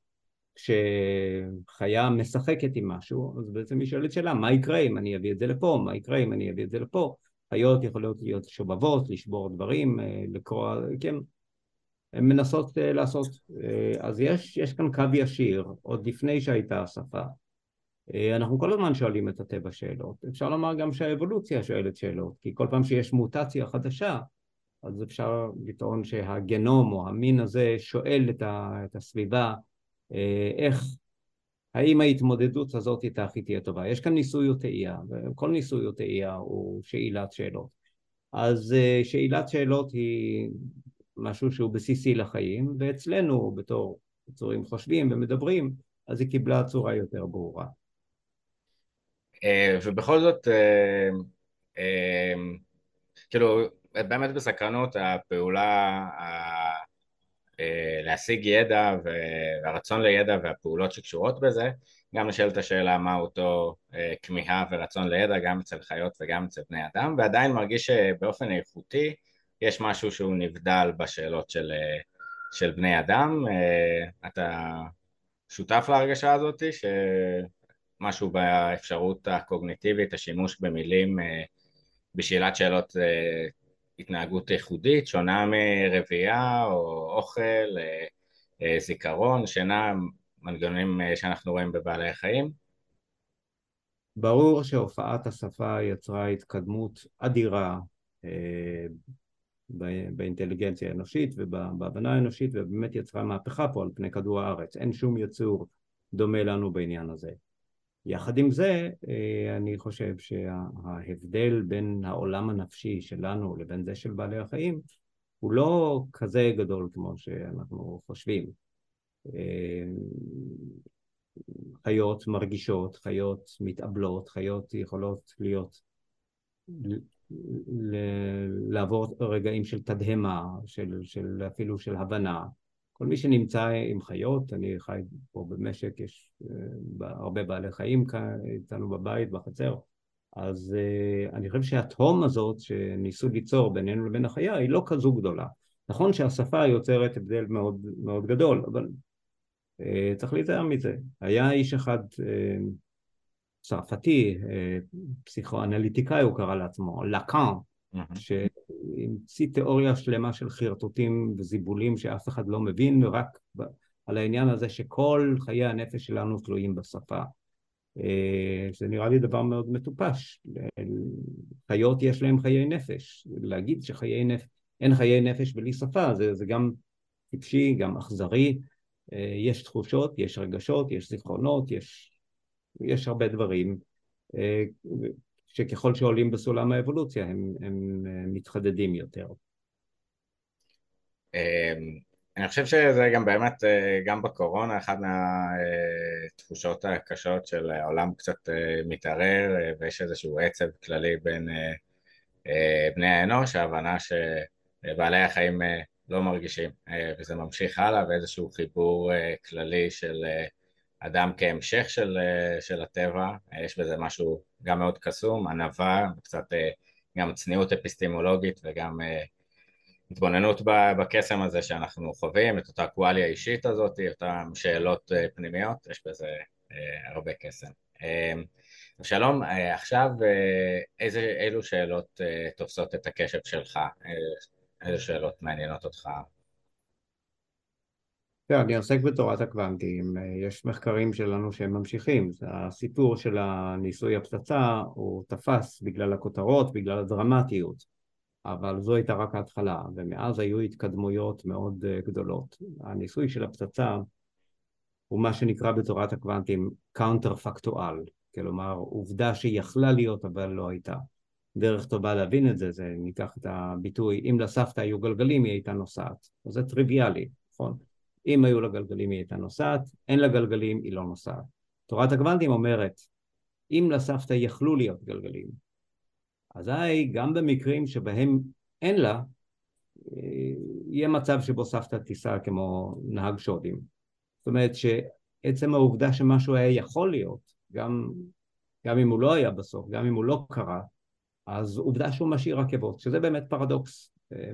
[SPEAKER 2] כשחיה משחקת עם משהו, אז בעצם היא שואלת שאלה, מה יקרה אם אני אביא את זה לפה? מה יקרה אם אני אביא את זה לפה? חיות יכולות להיות שובבות, לשבור דברים, לקרוא, כן, הן מנסות לעשות. אז יש כאן קו ישיר, עוד לפני שהייתה השפה. אנחנו כל הזמן שואלים את הטבע שאלות. אפשר לומר גם שהאבולוציה שואלת שאלות, כי כל פעם שיש מוטציה חדשה, אז אפשר לטעון שהגנום או המין הזה שואל את הסביבה, איך האם ההתמודדות הזאת איתך היא תהיה טובה? יש כאן ניסוי וטעייה, וכל ניסוי וטעייה הוא שאלת שאלות. אז שאלת שאלות היא משהו שהוא בסיסי לחיים, ואצלנו בתור יצורים חושבים ומדברים, אז היא קיבלה צורה יותר ברורה.
[SPEAKER 3] ובכל זאת, כאילו, באמת בסקרנות הפעולה, להשיג ידע והרצון לידע והפעולות שקשורות בזה, גם נשאלת השאלה מה אותו כמיהה ורצון לידע גם אצל חיות וגם אצל בני אדם, ועדיין מרגיש שבאופן איכותי יש משהו שהוא נבדל בשאלות של בני אדם. אתה שותף להרגשה הזאת שמשהו באפשרות הקוגניטיבית, השימוש במילים בשאלת שאלות התנהגות ייחודית, שונה מרבייה או אוכל, זיכרון, שינה, מנגנונים שאנחנו רואים בבעלי החיים?
[SPEAKER 2] ברור שהופעת השפה יצרה התקדמות אדירה באינטליגנציה האנושית ובהבנה האנושית, ובאמת יצרה מהפכה פה על פני כדור הארץ. אין שום יצור דומה לנו בעניין הזה. יחד עם זה, אני חושב שההבדל בין העולם הנפשי שלנו לבין זה של בעלי החיים הוא לא כזה גדול כמו שאנחנו חושבים. חיות מרגישות, חיות מתאבלות, חיות יכולות להיות, לעבור רגעים של תדהמה, אפילו של הבנה. כל מי שנמצא עם חיות, אני חי פה במשק, יש הרבה בעלי חיים איתנו בבית, בחצר, אז אני חושב שהתהום הזאת שניסו ליצור בינינו לבין החיה היא לא כזו גדולה. נכון שהשפה יוצרת הבדל מאוד, מאוד גדול, אבל צריך להיזהר מזה. היה איש אחד צרפתי, פסיכואנליטיקאי הוא קרא לעצמו, לקאן, שהמציא תיאוריה שלמה של חרטוטים וזיבולים שאף אחד לא מבין, רק על העניין הזה שכל חיי הנפש שלנו תלויים בשפה. זה נראה לי דבר מאוד מטופש. חיות יש להם חיי נפש. להגיד שאין חיי נפש בלי שפה, זה גם טיפשי, גם אכזרי. יש תחושות, יש רגשות, יש זיכרונות, יש הרבה דברים שככל שעולים בסולם האבולוציה הם מתחדדים יותר.
[SPEAKER 3] אני חושב שזה גם באמת, גם בקורונה, אחת מהתחושות הקשות של העולם קצת מתערער, ויש איזשהו עצב כללי בין בני האנוש, ההבנה שבעלי החיים לא מרגישים, וזה ממשיך הלאה, ואיזשהו חיבור כללי של אדם כהמשך של הטבע. יש בזה משהו גם מאוד קסום, ענווה, קצת גם צניעות אפיסטמולוגית וגם התבוננות בקסם הזה שאנחנו חווים, את אותה קואליה אישית הזאת, אותן שאלות פנימיות, יש בזה הרבה קסם. שלום, עכשיו אילו שאלות תופסות את הקשב שלך? איזה שאלות מעניינות אותך?
[SPEAKER 2] אני עוסק בתורת הקוונטים, יש מחקרים שלנו שהם ממשיכים. הסיפור של הניסוי הפצצה הוא תפס בגלל הכותרות, בגלל הדרמטיות, אבל זו הייתה רק ההתחלה, ומאז היו התקדמויות מאוד גדולות. הניסוי של הפצצה הוא מה שנקרא בתורת הקוונטים קאונטר-פקטואל, כלומר עובדה שיכלה להיות אבל לא הייתה. דרך טובה להבין את זה, זה ניקח את הביטוי, אם לסבתא היו גלגלים היא הייתה נוסעת, אז זה טריוויאלי, נכון? אם היו לה גלגלים היא הייתה נוסעת, אין לה גלגלים היא לא נוסעת. תורת הקוונטים אומרת, אם לסבתא יכלו להיות גלגלים, אזי גם במקרים שבהם אין לה, יהיה מצב שבו סבתא תיסע כמו נהג שודים. זאת אומרת שעצם העובדה שמשהו היה יכול להיות, גם אם הוא לא היה בסוף, גם אם הוא לא קרה, אז עובדה שהוא משאיר רכבות, שזה באמת פרדוקס.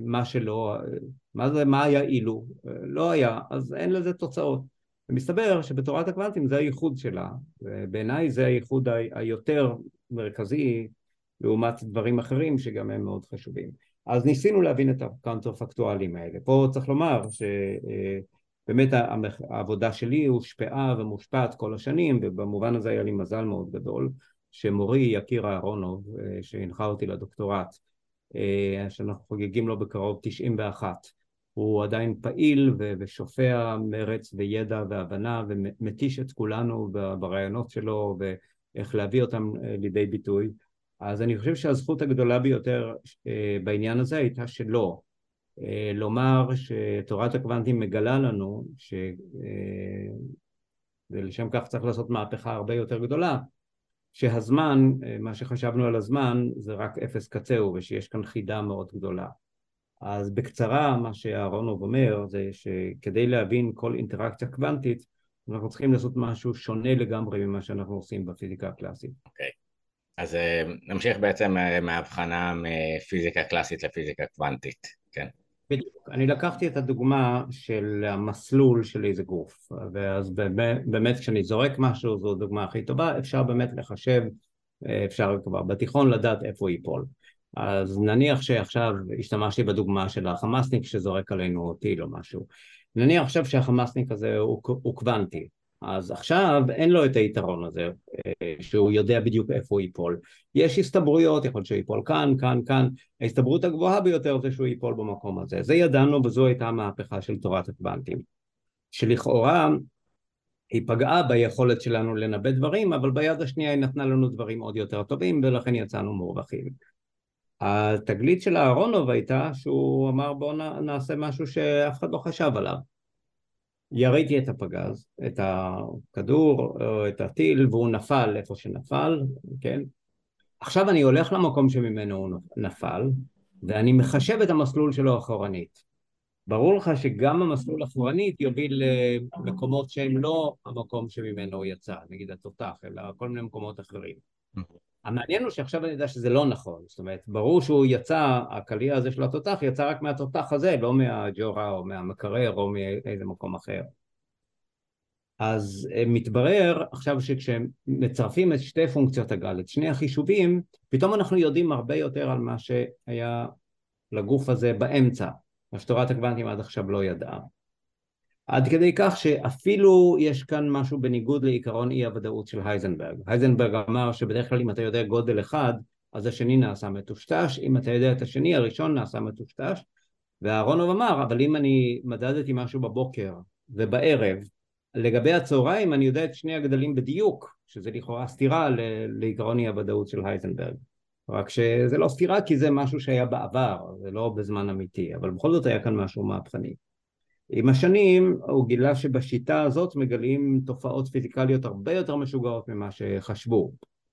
[SPEAKER 2] מה היה אילו? לא היה, אז אין לזה תוצאות. ומסתבר שבתורת הקוונטים זה הייחוד שלה, ובעיניי זה הייחוד היותר מרכזי, לעומת דברים אחרים שגם הם מאוד חשובים. אז ניסינו להבין את הקאונטר-פקטואלים האלה. פה צריך לומר שבאמת העבודה שלי הושפעה ומושפעת כל השנים, ובמובן הזה היה לי מזל מאוד גדול, שמורי יקיר אהרונוב, שהנחה אותי לדוקטורט, שאנחנו חוגגים לו בקרוב 91, הוא עדיין פעיל ושופע מרץ וידע והבנה ומתיש את כולנו ברעיונות שלו ואיך להביא אותם לידי ביטוי. אז אני חושב שהזכות הגדולה ביותר בעניין הזה הייתה שלו, לומר שתורת הקוונטים מגלה לנו ולשם כך צריך לעשות מהפכה הרבה יותר גדולה, שהזמן, מה שחשבנו על הזמן זה רק אפס קצהו ושיש כאן חידה מאוד גדולה. אז בקצרה מה שאהרונוב אומר זה שכדי להבין כל אינטראקציה קוונטית אנחנו צריכים לעשות משהו שונה לגמרי ממה שאנחנו עושים בפיזיקה הקלאסית.
[SPEAKER 3] אוקיי. אז נמשיך בעצם מההבחנה מפיזיקה קלאסית לפיזיקה קוונטית, כן?
[SPEAKER 2] בדיוק. אני לקחתי את הדוגמה של המסלול של איזה גוף, ואז באמת כשאני זורק משהו זו הדוגמה הכי טובה, אפשר באמת לחשב, אפשר כבר בתיכון לדעת איפה ייפול. אז נניח שעכשיו השתמשתי בדוגמה של החמאסניק שזורק עלינו טיל או משהו, נניח עכשיו שהחמאסניק הזה הוא קוונטי, אז עכשיו אין לו את היתרון הזה שהוא יודע בדיוק איפה הוא ייפול. יש הסתברויות, יכול להיות שהוא ייפול כאן, כאן, כאן. ההסתברות הגבוהה ביותר זה שהוא ייפול במקום הזה. זה ידענו וזו הייתה המהפכה של תורת הקוונטים, שלכאורה היא פגעה ביכולת שלנו לנבא דברים, אבל ביד השנייה היא נתנה לנו דברים עוד יותר טובים ולכן יצאנו מורווחים. התגלית של אהרונוב הייתה שהוא אמר בואו נעשה משהו שאף אחד לא חשב עליו. יריתי את הפגז, את הכדור או את הטיל והוא נפל איפה שנפל, כן? עכשיו אני הולך למקום שממנו הוא נפל ואני מחשב את המסלול שלו אחורנית. ברור לך שגם המסלול אחורנית יוביל למקומות שהם לא המקום שממנו הוא יצא, נגיד התותח, אלא כל מיני מקומות אחרים. המעניין הוא שעכשיו אני יודע שזה לא נכון, זאת אומרת, ברור שהוא יצא, הקליע הזה של התותח יצא רק מהתותח הזה, לא מהג'ורה או מהמקרר או מאיזה מקום אחר. אז מתברר עכשיו שכשמצרפים את שתי פונקציות הגל, את שני החישובים, פתאום אנחנו יודעים הרבה יותר על מה שהיה לגוף הזה באמצע, מה שתורת הקוונטים עד עכשיו לא ידעה. עד כדי כך שאפילו יש כאן משהו בניגוד לעיקרון אי הוודאות של הייזנברג. הייזנברג אמר שבדרך כלל אם אתה יודע גודל אחד, אז השני נעשה מטושטש, אם אתה יודע את השני, הראשון נעשה מטושטש, ואהרונוב אמר, אבל אם אני מדדתי משהו בבוקר ובערב, לגבי הצהריים אני יודע את שני הגדלים בדיוק, שזה לכאורה סתירה לעיקרון אי הוודאות של הייזנברג. רק שזה לא סתירה כי זה משהו שהיה בעבר, זה לא בזמן אמיתי, אבל בכל זאת היה כאן משהו מהפכני. עם השנים הוא גילה שבשיטה הזאת מגלים תופעות פיזיקליות הרבה יותר משוגעות ממה שחשבו.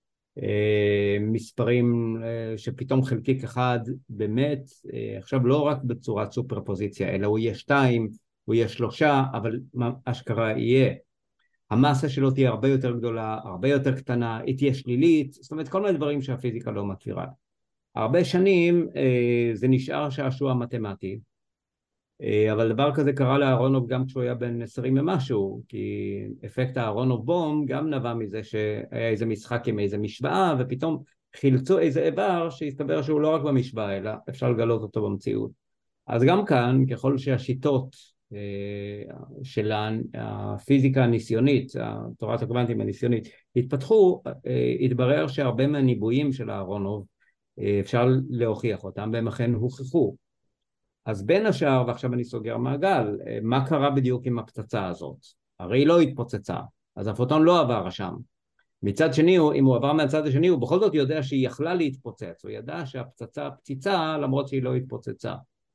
[SPEAKER 2] מספרים שפתאום חלקיק אחד באמת, עכשיו לא רק בצורת סופרפוזיציה, אלא הוא יהיה 2, הוא יהיה 3, אבל אשכרה יהיה. המסה שלו תהיה הרבה יותר גדולה, הרבה יותר קטנה, היא תהיה שלילית, זאת אומרת כל מיני דברים שהפיזיקה לא מכירה. הרבה שנים זה נשאר שעשוע מתמטי, אבל דבר כזה קרה לאהרונוב גם כשהוא היה בן 20 ומשהו, כי אפקט האהרונוב בום גם נבע מזה שהיה איזה משחק עם איזה משוואה, ופתאום חילצו איזה איבר שהסתבר שהוא לא רק במשוואה, אלא אפשר לגלות אותו במציאות. אז גם כאן, ככל שהשיטות של הפיזיקה הניסיונית, תורת הקוונטים הניסיונית, התפתחו, התברר שהרבה מהניבויים של אהרונוב, אפשר להוכיח אותם, והם אכן הוכחו. אז בין השאר, ועכשיו אני סוגר מעגל, מה קרה בדיוק עם הפצצה הזאת? הרי היא לא התפוצצה, אז הפוטון לא עבר שם. מצד שני, אם הוא עבר מהצד השני, הוא בכל זאת יודע שהיא יכלה להתפוצץ, הוא ידע שהפצצה פציצה למרות שהיא לא התפוצצה.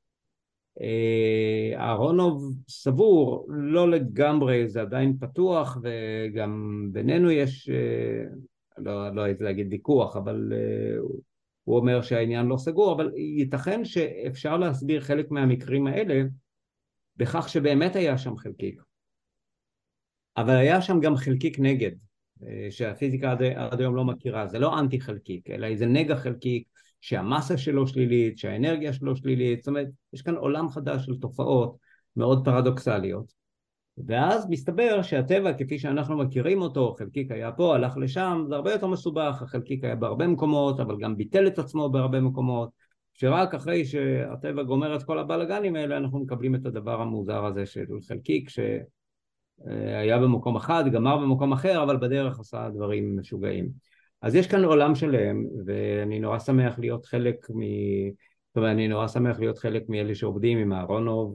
[SPEAKER 2] אהרונוב סבור, לא לגמרי, זה עדיין פתוח, וגם בינינו יש, לא הייתי להגיד ויכוח, אבל הוא אומר שהעניין לא סגור, אבל ייתכן שאפשר להסביר חלק מהמקרים האלה בכך שבאמת היה שם חלקיק. אבל היה שם גם חלקיק נגד, שהפיזיקה עד היום לא מכירה, זה לא אנטי חלקיק, אלא איזה נגע חלקיק, שהמסה שלו שלילית, שהאנרגיה שלו שלילית, זאת אומרת, יש כאן עולם חדש של תופעות מאוד פרדוקסליות. ואז מסתבר שהטבע, כפי שאנחנו מכירים אותו, חלקיק היה פה, הלך לשם, זה הרבה יותר מסובך, החלקיק היה בהרבה מקומות, אבל גם ביטל את עצמו בהרבה מקומות, שרק אחרי שהטבע גומר את כל הבלגנים האלה, אנחנו מקבלים את הדבר המוזר הזה של חלקיק, שהיה במקום אחד, גמר במקום אחר, אבל בדרך עשה דברים משוגעים. אז יש כאן עולם שלם, ואני נורא שמח להיות חלק זאת אומרת, אני נורא שמח להיות חלק מאלה שעובדים עם אהרונוב,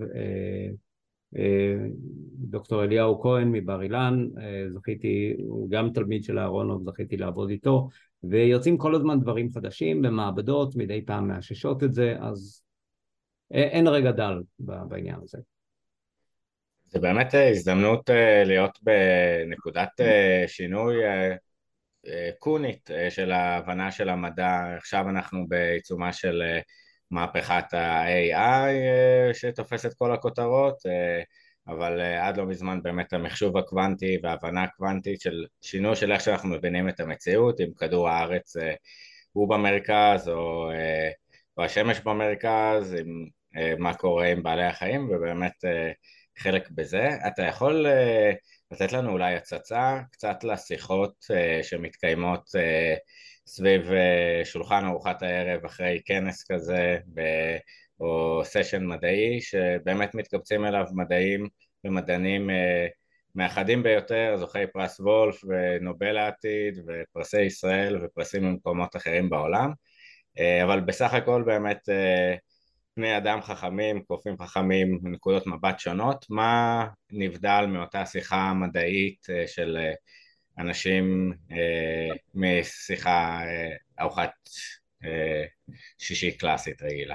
[SPEAKER 2] דוקטור אליהו כהן מבר אילן, זכיתי, הוא גם תלמיד של אהרונוב, זכיתי לעבוד איתו, ויוצאים כל הזמן דברים חדשים במעבדות, מדי פעם מאששות את זה, אז אין רגע דל בעניין הזה.
[SPEAKER 3] זה באמת הזדמנות להיות בנקודת שינוי קונית של ההבנה של המדע. עכשיו אנחנו בעיצומה של מהפכת ה-AI שתופס את כל הכותרות, אבל עד לא מזמן באמת המחשוב הקוונטי וההבנה הקוונטית של שינוי של איך שאנחנו מבינים את המציאות, אם כדור הארץ הוא במרכז או השמש במרכז, עם מה קורה עם בעלי החיים, ובאמת חלק בזה. אתה יכול לתת לנו אולי הצצה קצת לשיחות שמתקיימות סביב שולחן ארוחת הערב אחרי כנס כזה או סשן מדעי, שבאמת מתקבצים אליו מדעים ומדענים מאחדים ביותר, זוכי פרס וולף ונובל העתיד ופרסי ישראל ופרסים ממקומות אחרים בעולם, אבל בסך הכל באמת בני אדם חכמים, קופים חכמים, מנקודות מבט שונות. מה נבדל מאותה שיחה מדעית של אנשים משיחה ארוחת שישי קלאסית רגילה?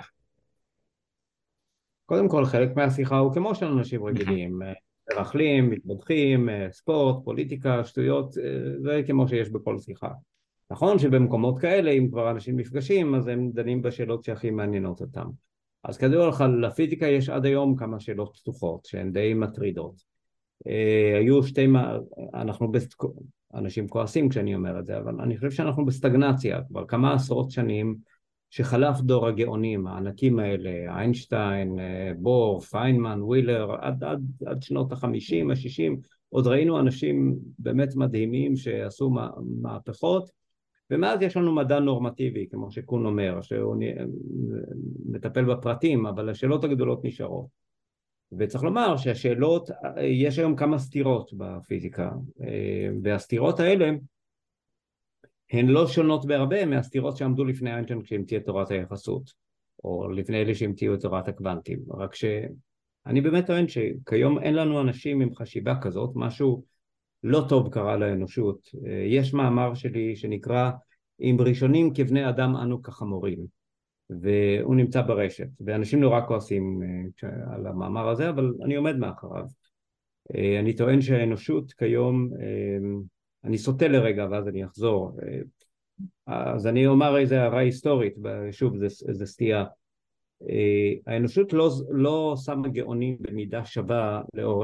[SPEAKER 2] קודם כל, חלק מהשיחה הוא כמו של אנשים רגילים, מרכלים, מתבדחים, ספורט, פוליטיקה, שטויות, זה כמו שיש בכל שיחה. נכון שבמקומות כאלה, אם כבר אנשים נפגשים, אז הם דנים בשאלות שהכי מעניינות אותם. אז כדאי לך, לפיזיקה יש עד היום כמה שאלות פתוחות, שהן די מטרידות. היו אנחנו אנשים כועסים כשאני אומר את זה, אבל אני חושב שאנחנו בסטגנציה, כבר כמה עשרות שנים, שחלף דור הגאונים, הענקים האלה, איינשטיין, בור, פיינמן, ווילר, עד שנות ה-50, ה-60, עוד ראינו אנשים באמת מדהימים שעשו מהפכות, ומאז יש לנו מדע נורמטיבי, כמו שקון אומר, שהוא מטפל בפרטים, אבל השאלות הגדולות נשארות. וצריך לומר שהשאלות, יש היום כמה סתירות בפיזיקה, והסתירות האלה הן לא שונות בהרבה מהסתירות שעמדו לפני איינשטיין כשהמציא את תורת היחסות, או לפני אלה שהמציאו את תורת הקוונטים. רק שאני באמת טוען שכיום אין לנו אנשים עם חשיבה כזאת, משהו לא טוב קרה לאנושות. יש מאמר שלי שנקרא "אם ראשונים כבני אדם אנו כחמורים", והוא נמצא ברשת, ואנשים נורא כועסים על המאמר הזה, אבל אני עומד מאחריו. אני טוען שהאנושות כיום, אני סוטה לרגע ואז אני אחזור, אז אני אומר איזה הערה היסטורית, שוב זה סטייה. האנושות לא שמה גאונים במידה שווה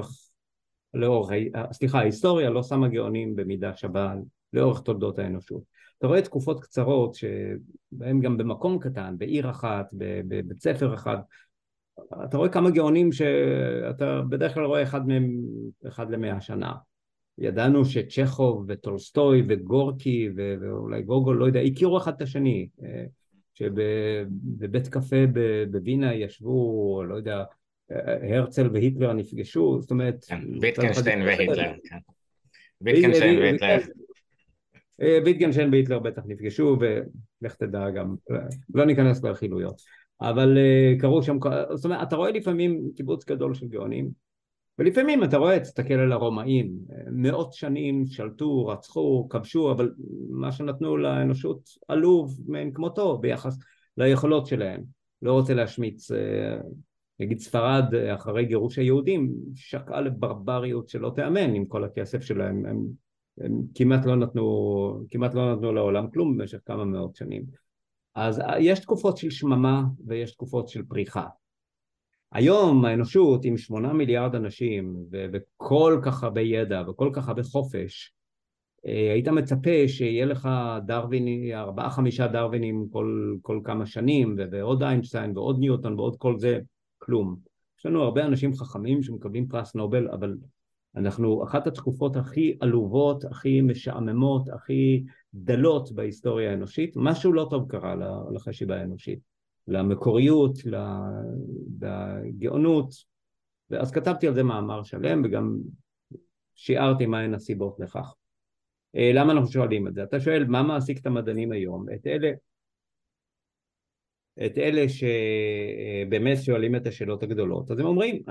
[SPEAKER 2] ההיסטוריה לא שמה גאונים במידה שווה לאורך תולדות האנושות. אתה רואה תקופות קצרות שבהם גם במקום קטן, בעיר אחת, בבית ספר אחד, אתה רואה כמה גאונים שאתה בדרך כלל רואה אחד מהם 1 ל-100 שנה. ידענו שצ'כוב וטולסטוי וגורקי ואולי גוגול, לא יודע, הכירו אחד את השני, שבבית קפה בווינה ישבו, לא יודע, הרצל והיטלר נפגשו, זאת אומרת...
[SPEAKER 3] ויטקנשטיין והיטלר, כן. ויטקנשטיין והיטלר.
[SPEAKER 2] ויטגנשטיין והיטלר בטח נפגשו, ולך תדע גם, לא ניכנס לרכילויות. אבל קראו שם, זאת אומרת, אתה רואה לפעמים קיבוץ גדול של גאונים, ולפעמים אתה רואה, תסתכל על הרומאים, 100 שנים שלטו, רצחו, כבשו, אבל מה שנתנו לאנושות עלוב מעין כמותו ביחס ליכולות שלהם. לא רוצה להשמיץ, נגיד ספרד אחרי גירוש היהודים, שקעה לברבריות שלא תאמן עם כל הכסף שלהם, הם כמעט לא נתנו לעולם כלום במשך כמה מאות שנים. אז יש תקופות של שממה ויש תקופות של פריחה. היום האנושות עם 8 מיליארד אנשים וכל כך הרבה ידע וכל כך הרבה חופש, היית מצפה שיהיה לך 4-5 דרווינים כל כמה שנים, ועוד איינשטיין ועוד ניוטון ועוד כל זה, כלום. יש לנו הרבה אנשים חכמים שמקבלים פרס נובל, אבל אנחנו אחת התקופות הכי עלובות, הכי משעממות, הכי דלות בהיסטוריה האנושית. משהו לא טוב קרה לחשיבה האנושית, למקוריות, לגאונות, ואז כתבתי על זה מאמר שלם, וגם שיערתי מהן הסיבות לכך. למה אנחנו שואלים את זה? אתה שואל, מה מעסיק את המדענים היום? את אלה את אלה שבאמת שואלים את השאלות הגדולות. אז הם אומרים,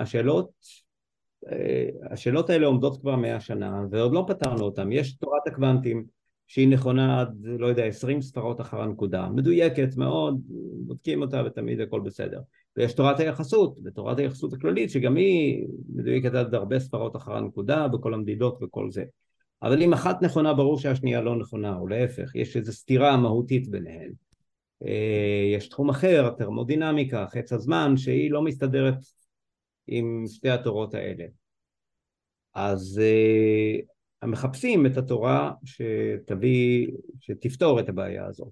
[SPEAKER 2] השאלות האלה עומדות כבר 100 שנה, ועוד לא פתרנו אותן. יש תורת הקוונטים, שהיא נכונה עד, לא יודע, 20 ספרות אחר הנקודה, מדויקת מאוד, בודקים אותה ותמיד הכל בסדר. ויש תורת היחסות, ותורת היחסות הכללית, שגם היא מדויקת עד הרבה ספרות אחר הנקודה, בכל המדידות וכל זה. אבל אם אחת נכונה, ברור שהשנייה לא נכונה, או להפך, יש איזו סתירה מהותית ביניהן. יש תחום אחר, התרמודינמיקה, חץ הזמן, שהיא לא מסתדרת עם שתי התורות האלה. אז מחפשים את התורה שתפתור את הבעיה הזאת.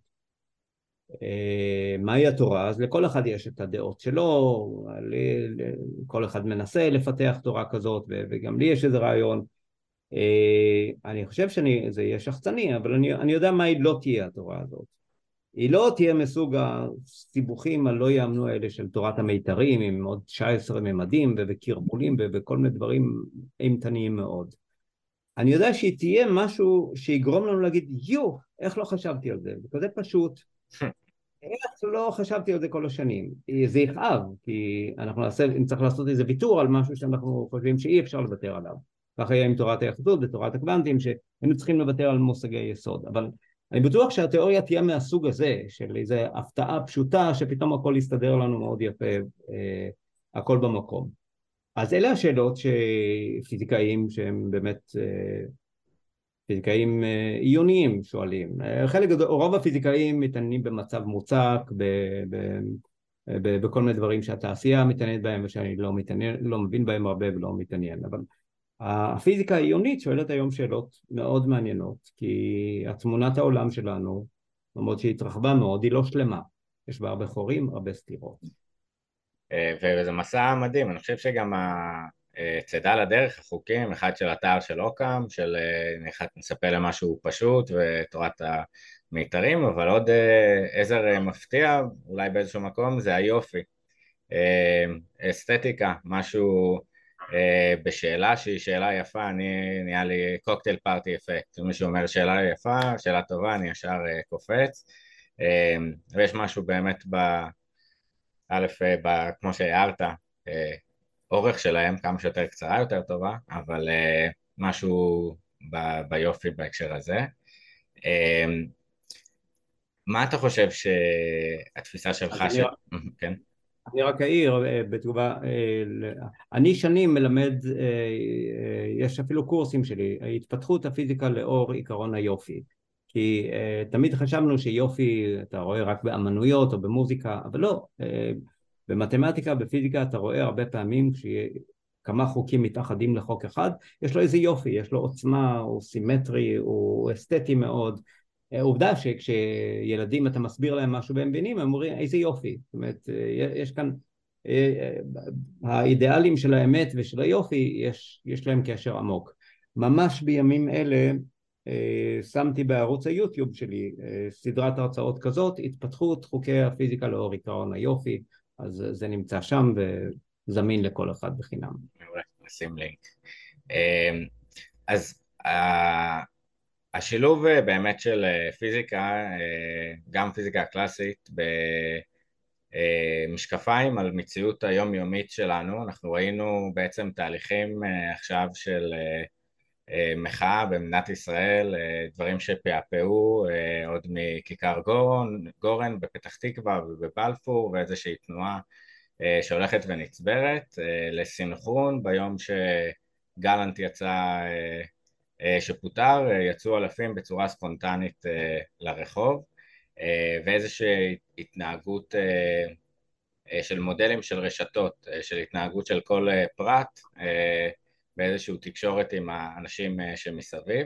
[SPEAKER 2] מהי התורה? אז לכל אחד יש את הדעות שלו, כל אחד מנסה לפתח תורה כזאת, וגם לי יש איזה רעיון. אני חושב שזה יהיה שחצני, אבל אני יודע מה היא לא תהיה התורה הזאת. היא לא תהיה מסוג הסיבוכים הלא יאמנו האלה של תורת המיתרים, עם עוד 19 ממדים וקרבולים וכל מיני דברים אימתניים מאוד. אני יודע שהיא תהיה משהו שיגרום לנו להגיד, איך לא חשבתי על זה? זה כזה פשוט. איך לא חשבתי על זה כל השנים? זה יכאב, כי אם צריך לעשות איזה ויתור על משהו שאנחנו חושבים שאי אפשר לוותר עליו. ככה יהיה עם תורת היחסות ותורת הקוונטים, שהיינו צריכים לוותר על מושגי יסוד. אבל אני בטוח שהתיאוריה תהיה מהסוג הזה, של איזו הפתעה פשוטה, שפתאום הכל יסתדר לנו מאוד יפה, הכל במקום. אז אלה השאלות שפיזיקאים שהם באמת פיזיקאים עיוניים שואלים. חלק גדול, רוב הפיזיקאים מתעניינים במצב מוצק, בכל מיני דברים שהתעשייה מתעניינת בהם, ושאני לא מבין בהם הרבה ולא מתעניין. אבל הפיזיקה העיונית שואלת היום שאלות מאוד מעניינות, כי התמונת העולם שלנו, למרות שהיא התרחבה מאוד, היא לא שלמה. יש בה הרבה חורים, הרבה סתירות.
[SPEAKER 3] וזה מסע מדהים, אני חושב שגם צידה לדרך, החוקים, אחד של אתר של אוקאם, של נספר למשהו פשוט ותורת המיתרים, אבל עוד עזר מפתיע, אולי באיזשהו מקום, זה היופי. אסתטיקה, משהו בשאלה שהיא שאלה יפה, נהיה לי קוקטייל פארטי אפקט, מישהו אומר שאלה יפה, שאלה טובה, אני ישר קופץ, ויש משהו באמת א', כמו שהערת, אורך שלהם, כמה שיותר קצרה יותר טובה, אבל משהו ביופי בהקשר הזה. מה אתה חושב שהתפיסה שלך כן?
[SPEAKER 2] אני רק אעיר בתגובה, אני שנים מלמד, יש אפילו קורסים שלי, התפתחות הפיזיקה לאור עיקרון היופי, כי תמיד חשבנו שיופי אתה רואה רק באמנויות או במוזיקה, אבל לא, במתמטיקה, בפיזיקה אתה רואה הרבה פעמים כמה חוקים מתאחדים לחוק אחד, יש לו איזה יופי, יש לו עוצמה, הוא סימטרי, הוא אסתטי מאוד. עובדה שכשילדים אתה מסביר להם משהו והם מבינים, הם אומרים איזה יופי. זאת אומרת, יש כאן, האידיאלים של האמת ושל היופי, יש להם קשר עמוק. ממש בימים אלה, שמתי בערוץ היוטיוב שלי סדרת הרצאות כזאת, התפתחות חוקי הפיזיקה לאור עיקרון היופי, אז זה נמצא שם וזמין לכל אחד בחינם.
[SPEAKER 3] נשים לינק. אז השילוב באמת של פיזיקה, גם פיזיקה קלאסית, במשקפיים על מציאות היומיומית שלנו, אנחנו ראינו בעצם תהליכים עכשיו של מחאה במדינת ישראל, דברים שפעפעו עוד מכיכר גורן בפתח תקווה ובבלפור, ואיזושהי תנועה שהולכת ונצברת לסינכרון ביום שגלנט יצא, שפוטר, יצאו אלפים בצורה ספונטנית לרחוב, ואיזושהי התנהגות של מודלים של רשתות, של התנהגות של כל פרט, באיזושהי תקשורת עם האנשים שמסביב.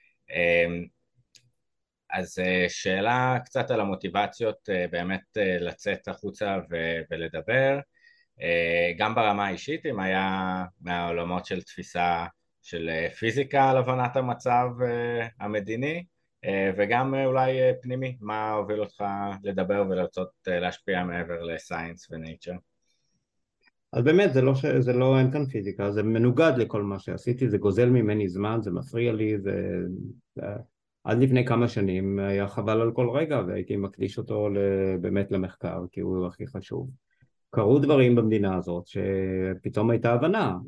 [SPEAKER 3] אז שאלה קצת על המוטיבציות באמת לצאת החוצה ולדבר, גם ברמה האישית, אם היה מהעולמות של תפיסה של פיזיקה על הבנת המצב המדיני, וגם אולי פנימי, מה הוביל אותך לדבר ולרצות להשפיע מעבר לסיינס ונייצ'ר?
[SPEAKER 2] אז באמת זה לא, אין כאן פיזיקה, זה מנוגד לכל מה שעשיתי, זה גוזל ממני זמן, זה מפריע לי, עד לפני כמה שנים היה חבל על כל רגע, והייתי מקדיש אותו באמת למחקר, כי הוא הכי חשוב. קרו דברים במדינה הזאת שפתאום הייתה הבנה,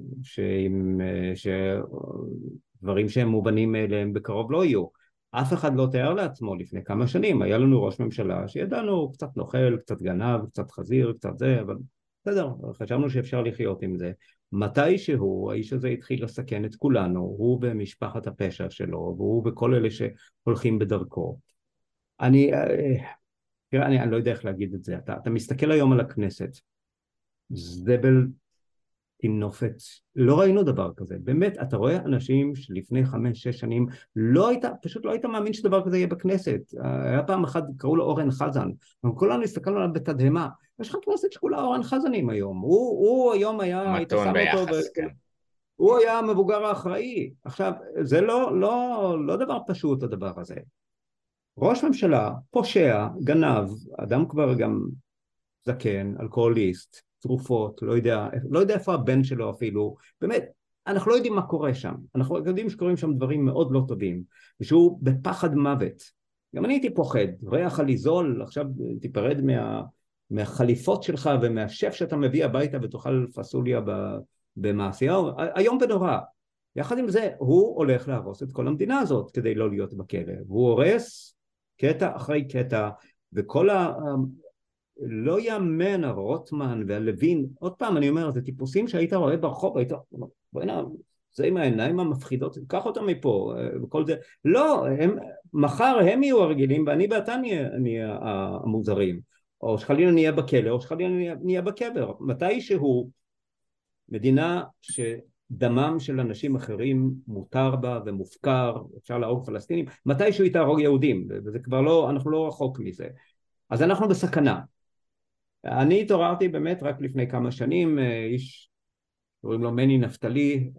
[SPEAKER 2] שדברים שהם מובנים מאליהם בקרוב לא יהיו. אף אחד לא תיאר לעצמו לפני כמה שנים, היה לנו ראש ממשלה שידענו קצת נוכל, קצת גנב, קצת חזיר, קצת זה, אבל בסדר, חשבנו שאפשר לחיות עם זה. מתישהו האיש הזה התחיל לסכן את כולנו, הוא במשפחת הפשע שלו, והוא בכל אלה שהולכים בדרכו. תראה, אני לא יודע איך להגיד את זה, אתה מסתכל היום על הכנסת, זבל עם נופת, לא ראינו דבר כזה, באמת, אתה רואה אנשים שלפני 5-6 שנים, פשוט לא היית מאמין שדבר כזה יהיה בכנסת, היה פעם אחת, קראו לו אורן חזן, וכולנו הסתכלנו עליו בתדהמה, יש לך כנסת שכולה אורן חזנים היום, הוא היום היה, היית שם אותו,
[SPEAKER 3] כן.
[SPEAKER 2] הוא היה המבוגר האחראי, עכשיו, זה לא דבר פשוט הדבר הזה, ראש ממשלה, פושע, גנב, אדם כבר גם זקן, אלכוהוליסט, תרופות, לא יודע איפה הבן שלו אפילו, באמת, אנחנו לא יודעים מה קורה שם, אנחנו יודעים שקורים שם דברים מאוד לא טובים, ושהוא בפחד מוות, גם אני הייתי פוחד, ריח הליזול, עכשיו תיפרד מהחליפות שלך ומהשף שאתה מביא הביתה ותאכל פסוליה במעשיהו, איום ונורא, יחד עם זה הוא הולך להרוס את כל המדינה הזאת כדי לא להיות בכלא, והוא הורס קטע אחרי קטע, וכל לא יאמן הרוטמן והלווין, עוד פעם אני אומר, זה טיפוסים שהיית רואה ברחוב, היית, בוא'נה, זה עם העיניים המפחידות, קח אותם מפה, וכל זה, לא, מחר הם יהיו הרגילים, ואני ואתה נהיה המוזרים, או שחלילה נהיה בכלא, או שחלילה נהיה בקבר, מתישהו מדינה שדמם של אנשים אחרים מותר בה ומופקר, אפשר להרוג פלסטינים, מתישהו היא תהרוג יהודים, וזה כבר לא, אנחנו לא רחוק מזה, אז אנחנו בסכנה. אני התעוררתי באמת רק לפני כמה שנים, איש קוראים לו מני נפתלי,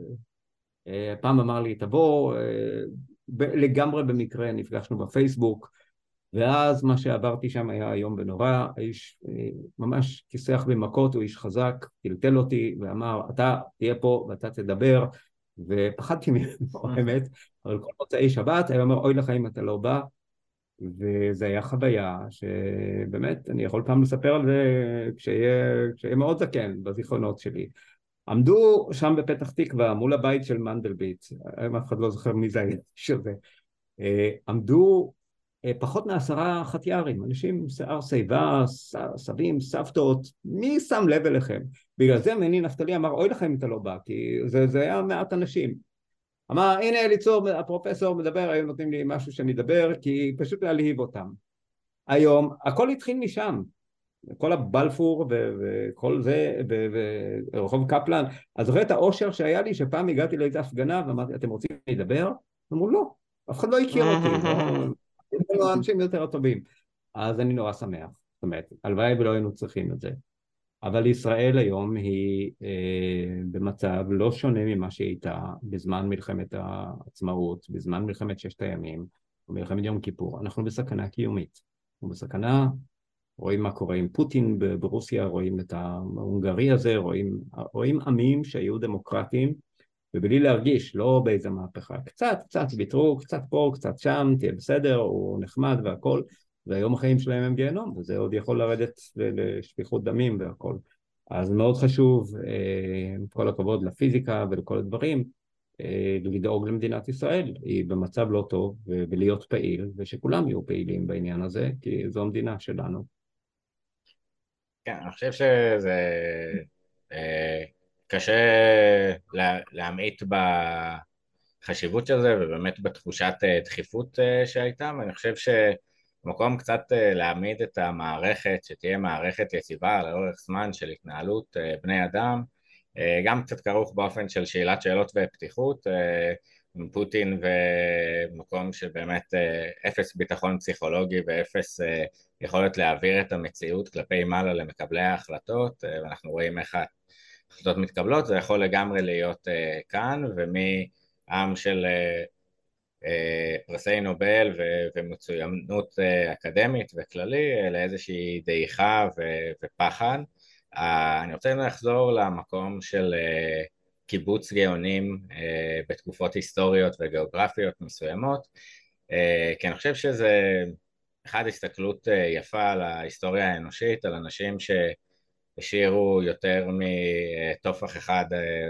[SPEAKER 2] פעם אמר לי תבוא, לגמרי במקרה נפגשנו בפייסבוק, ואז מה שעברתי שם היה איום ונורא, האיש ממש כיסח במכות, הוא איש חזק, טלטל אותי ואמר אתה תהיה פה ואתה תדבר, ופחדתי ממנו האמת, אבל כל מוצאי שבת היה אומר אוי לך אם אתה לא בא, וזה היה חוויה שבאמת אני יכול פעם לספר על זה כשיהיה מאוד זקן בזיכרונות שלי. עמדו שם בפתח תקווה מול הבית של מנדלבליט, אף אחד לא זוכר מי זה היה שזה, עמדו פחות מ10 חתיארים, אנשים עם שיער שיבה, סבים, סבתות, מי שם לב אליכם? בגלל זה מני נפתלי אמר אוי לכם אם אתה לא בא, כי זה היה מעט אנשים. אמר, הנה אליצור, הפרופסור מדבר, היו נותנים לי משהו שאני אדבר, כי פשוט להלהיב אותם. היום, הכל התחיל משם. כל הבלפור וכל זה, ורחוב קפלן. אז זוכר את האושר שהיה לי, שפעם הגעתי לאיזו הפגנה, ואמרתי, אתם רוצים לדבר? אמרו, לא, אף אחד לא הכיר אותי, לא האנשים יותר טובים. אז אני נורא שמח. זאת אומרת, הלוואי ולא היינו צריכים את זה. אבל ישראל היום היא במצב לא שונה ממה שהיא הייתה בזמן מלחמת העצמאות, בזמן מלחמת 6 הימים, ומלחמת יום כיפור. אנחנו בסכנה קיומית. אנחנו בסכנה, רואים מה קורה עם פוטין ברוסיה, רואים את ההונגרי הזה, רואים עמים שהיו דמוקרטיים, ובלי להרגיש, לא באיזה מהפכה. קצת ויתרו, קצת פה, קצת שם, תהיה בסדר, הוא נחמד והכל, והיום החיים שלהם הם גיהנום, וזה עוד יכול לרדת לשפיכות דמים והכל. אז מאוד חשוב, כל הכבוד לפיזיקה ולכל הדברים, לדאוג למדינת ישראל, היא במצב לא טוב, ולהיות פעיל, ושכולם יהיו פעילים בעניין הזה, כי זו המדינה שלנו.
[SPEAKER 3] כן, אני חושב שזה קשה להמעיט בחשיבות של זה, ובאמת בתחושת דחיפות שהייתה, ואני חושב מקום קצת להעמיד את המערכת, שתהיה מערכת יציבה לאורך זמן של התנהלות בני אדם, גם קצת כרוך באופן של שאלת שאלות ופתיחות, עם פוטין ומקום שבאמת אפס ביטחון פסיכולוגי ואפס יכולת להעביר את המציאות כלפי מעלה למקבלי ההחלטות, ואנחנו רואים איך ההחלטות מתקבלות, זה יכול לגמרי להיות כאן, ומעם של פרסי נובל ומצוינות אקדמית וכללי לאיזושהי דעיכה ופחד. אני רוצה לחזור למקום של קיבוץ גאונים בתקופות היסטוריות וגיאוגרפיות מסוימות, כי אני חושב שזה אחד הסתכלות יפה על ההיסטוריה האנושית, על אנשים שהשאירו יותר מתופח אחד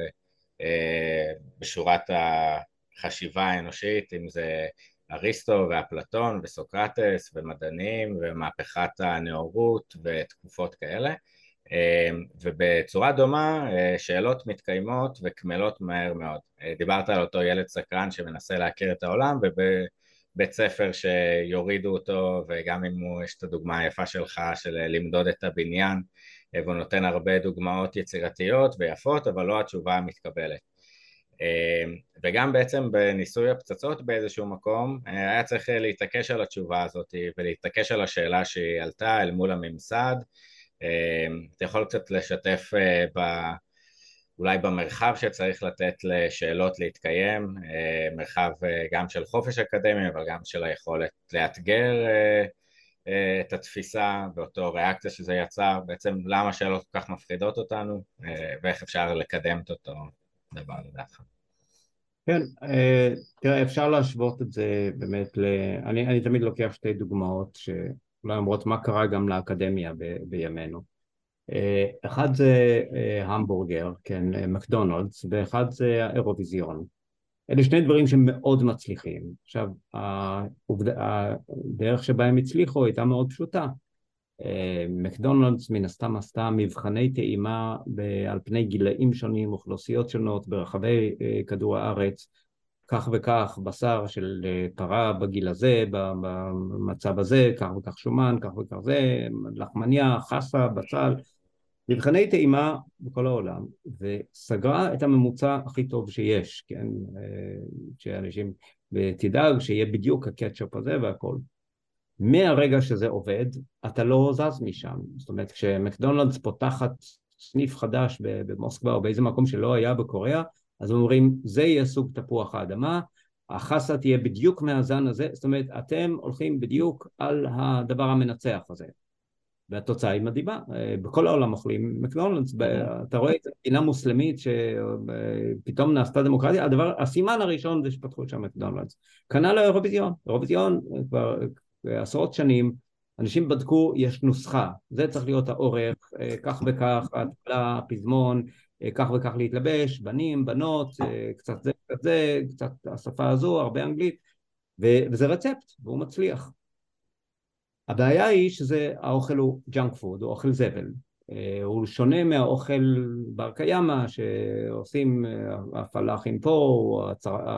[SPEAKER 3] בשורת החשיבה האנושית, אם זה אריסטו ואפלטון וסוקרטס ומדענים ומהפכת הנאורות ותקופות כאלה, ובצורה דומה שאלות מתקיימות וקמלות מהר מאוד. דיברת על אותו ילד סקרן שמנסה להכיר את העולם, ובבית ספר שיורידו אותו, וגם אם יש את הדוגמה היפה שלך של למדוד את הבניין, והוא נותן הרבה דוגמאות יצירתיות ויפות, אבל לא התשובה המתקבלת. וגם בעצם בניסוי הפצצות באיזשהו מקום היה צריך להתעקש על התשובה הזאת ולהתעקש על השאלה שהיא עלתה אל מול הממסד. אתה יכול קצת לשתף אולי במרחב שצריך לתת לשאלות להתקיים, מרחב גם של חופש אקדמי אבל גם של היכולת לאתגר את התפיסה ואותו ריאקציה שזה יצר, בעצם למה שאלות כל כך מפחידות אותנו ואיך אפשר לקדם את אותו דבר לדעתך.
[SPEAKER 2] כן, תראה, אפשר להשוות את זה באמת, אני תמיד לוקח שתי דוגמאות שאולי אומרות מה קרה גם לאקדמיה בימינו. אחד זה המבורגר, כן, מקדונלדס, ואחד זה האירוויזיון. אלה שני דברים שמאוד מצליחים. עכשיו, הדרך שבה הם הצליחו הייתה מאוד פשוטה. מקדונלדס מן הסתם עשתה מבחני טעימה על פני גילאים שונים, אוכלוסיות שונות ברחבי כדור הארץ, כך וכך בשר של פרה בגיל הזה, במצב הזה, כך וכך שומן, כך וכך זה, לחמניה, חסה, בצל, מבחני טעימה בכל העולם, וסגרה את הממוצע הכי טוב שיש, כן, שאנשים, ותדאג שיהיה בדיוק הקטשופ הזה והכל. מהרגע שזה עובד, אתה לא זז משם. זאת אומרת, כשמקדונלדס פותחת סניף חדש במוסקבה או באיזה מקום שלא היה בקוריאה, אז אומרים, זה יהיה סוג תפוח האדמה, החסה תהיה בדיוק מהזן הזה, זאת אומרת, אתם הולכים בדיוק על הדבר המנצח הזה. והתוצאה היא מדהימה, בכל העולם אוכלים מקדונלדס, אתה רואה את מדינה מוסלמית שפתאום נעשתה דמוקרטיה, הסימן הראשון זה שפתחו שם מקדונלדס. כנ"ל האירוויזיון, אירוויזיון כבר עשרות שנים, אנשים בדקו, יש נוסחה, זה צריך להיות האורך, כך וכך, התפלה, פזמון, כך וכך להתלבש, בנים, בנות, קצת זה, קצת זה, קצת השפה הזו, הרבה אנגלית, וזה רצפט, והוא מצליח. הבעיה היא שזה, האוכל הוא ג'אנק פוד, הוא אוכל זבל. הוא שונה מהאוכל בר קיימא, שעושים הפלאחים פה, או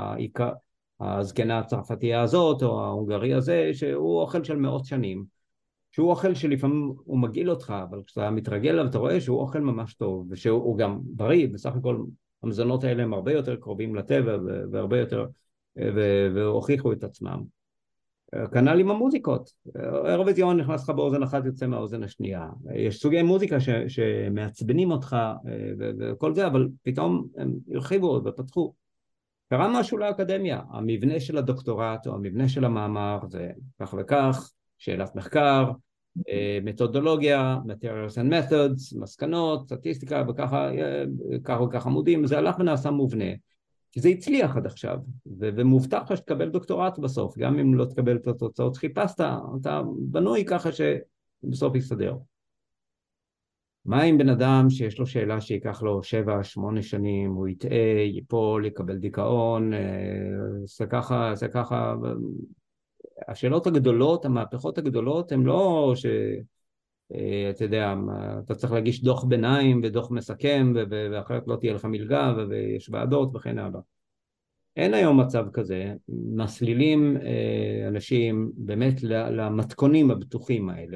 [SPEAKER 2] הזקנה הצרפתייה הזאת, או ההונגרי הזה, שהוא אוכל של מאות שנים. שהוא אוכל שלפעמים הוא מגעיל אותך, אבל כשאתה מתרגל אליו, אתה רואה שהוא אוכל ממש טוב, ושהוא גם בריא, בסך הכל המזונות האלה הם הרבה יותר קרובים לטבע, והרבה יותר, והוכיחו את עצמם. כנ"ל עם המוזיקות, אירוויזיון נכנס לך באוזן אחת, יוצא מהאוזן השנייה. יש סוגי מוזיקה שמעצבנים אותך וכל זה, אבל פתאום הם הרחיבו ופתחו. קרה משהו לאקדמיה, המבנה של הדוקטורט או המבנה של המאמר זה כך וכך, שאלת מחקר, מתודולוגיה, materials and methods, מסקנות, סטטיסטיקה וככה, כך וכך עמודים, זה הלך ונעשה מובנה. כי זה הצליח עד עכשיו, ומובטח לך שתקבל דוקטורט בסוף, גם אם לא תקבל את התוצאות שחיפשת, אתה בנוי ככה שבסוף יסתדר. מה עם בן אדם שיש לו שאלה שיקח לו 7-8 שנים, הוא יטעה, ייפול, יקבל דיכאון, זה ככה, השאלות הגדולות, המהפכות הגדולות, הן לא אתה יודע, אתה צריך להגיש דוח ביניים ודוח מסכם, ואחרת לא תהיה לך מלגה, ויש ועדות וכן הלאה. אין היום מצב כזה, מסלילים אנשים באמת למתכונים הבטוחים האלה,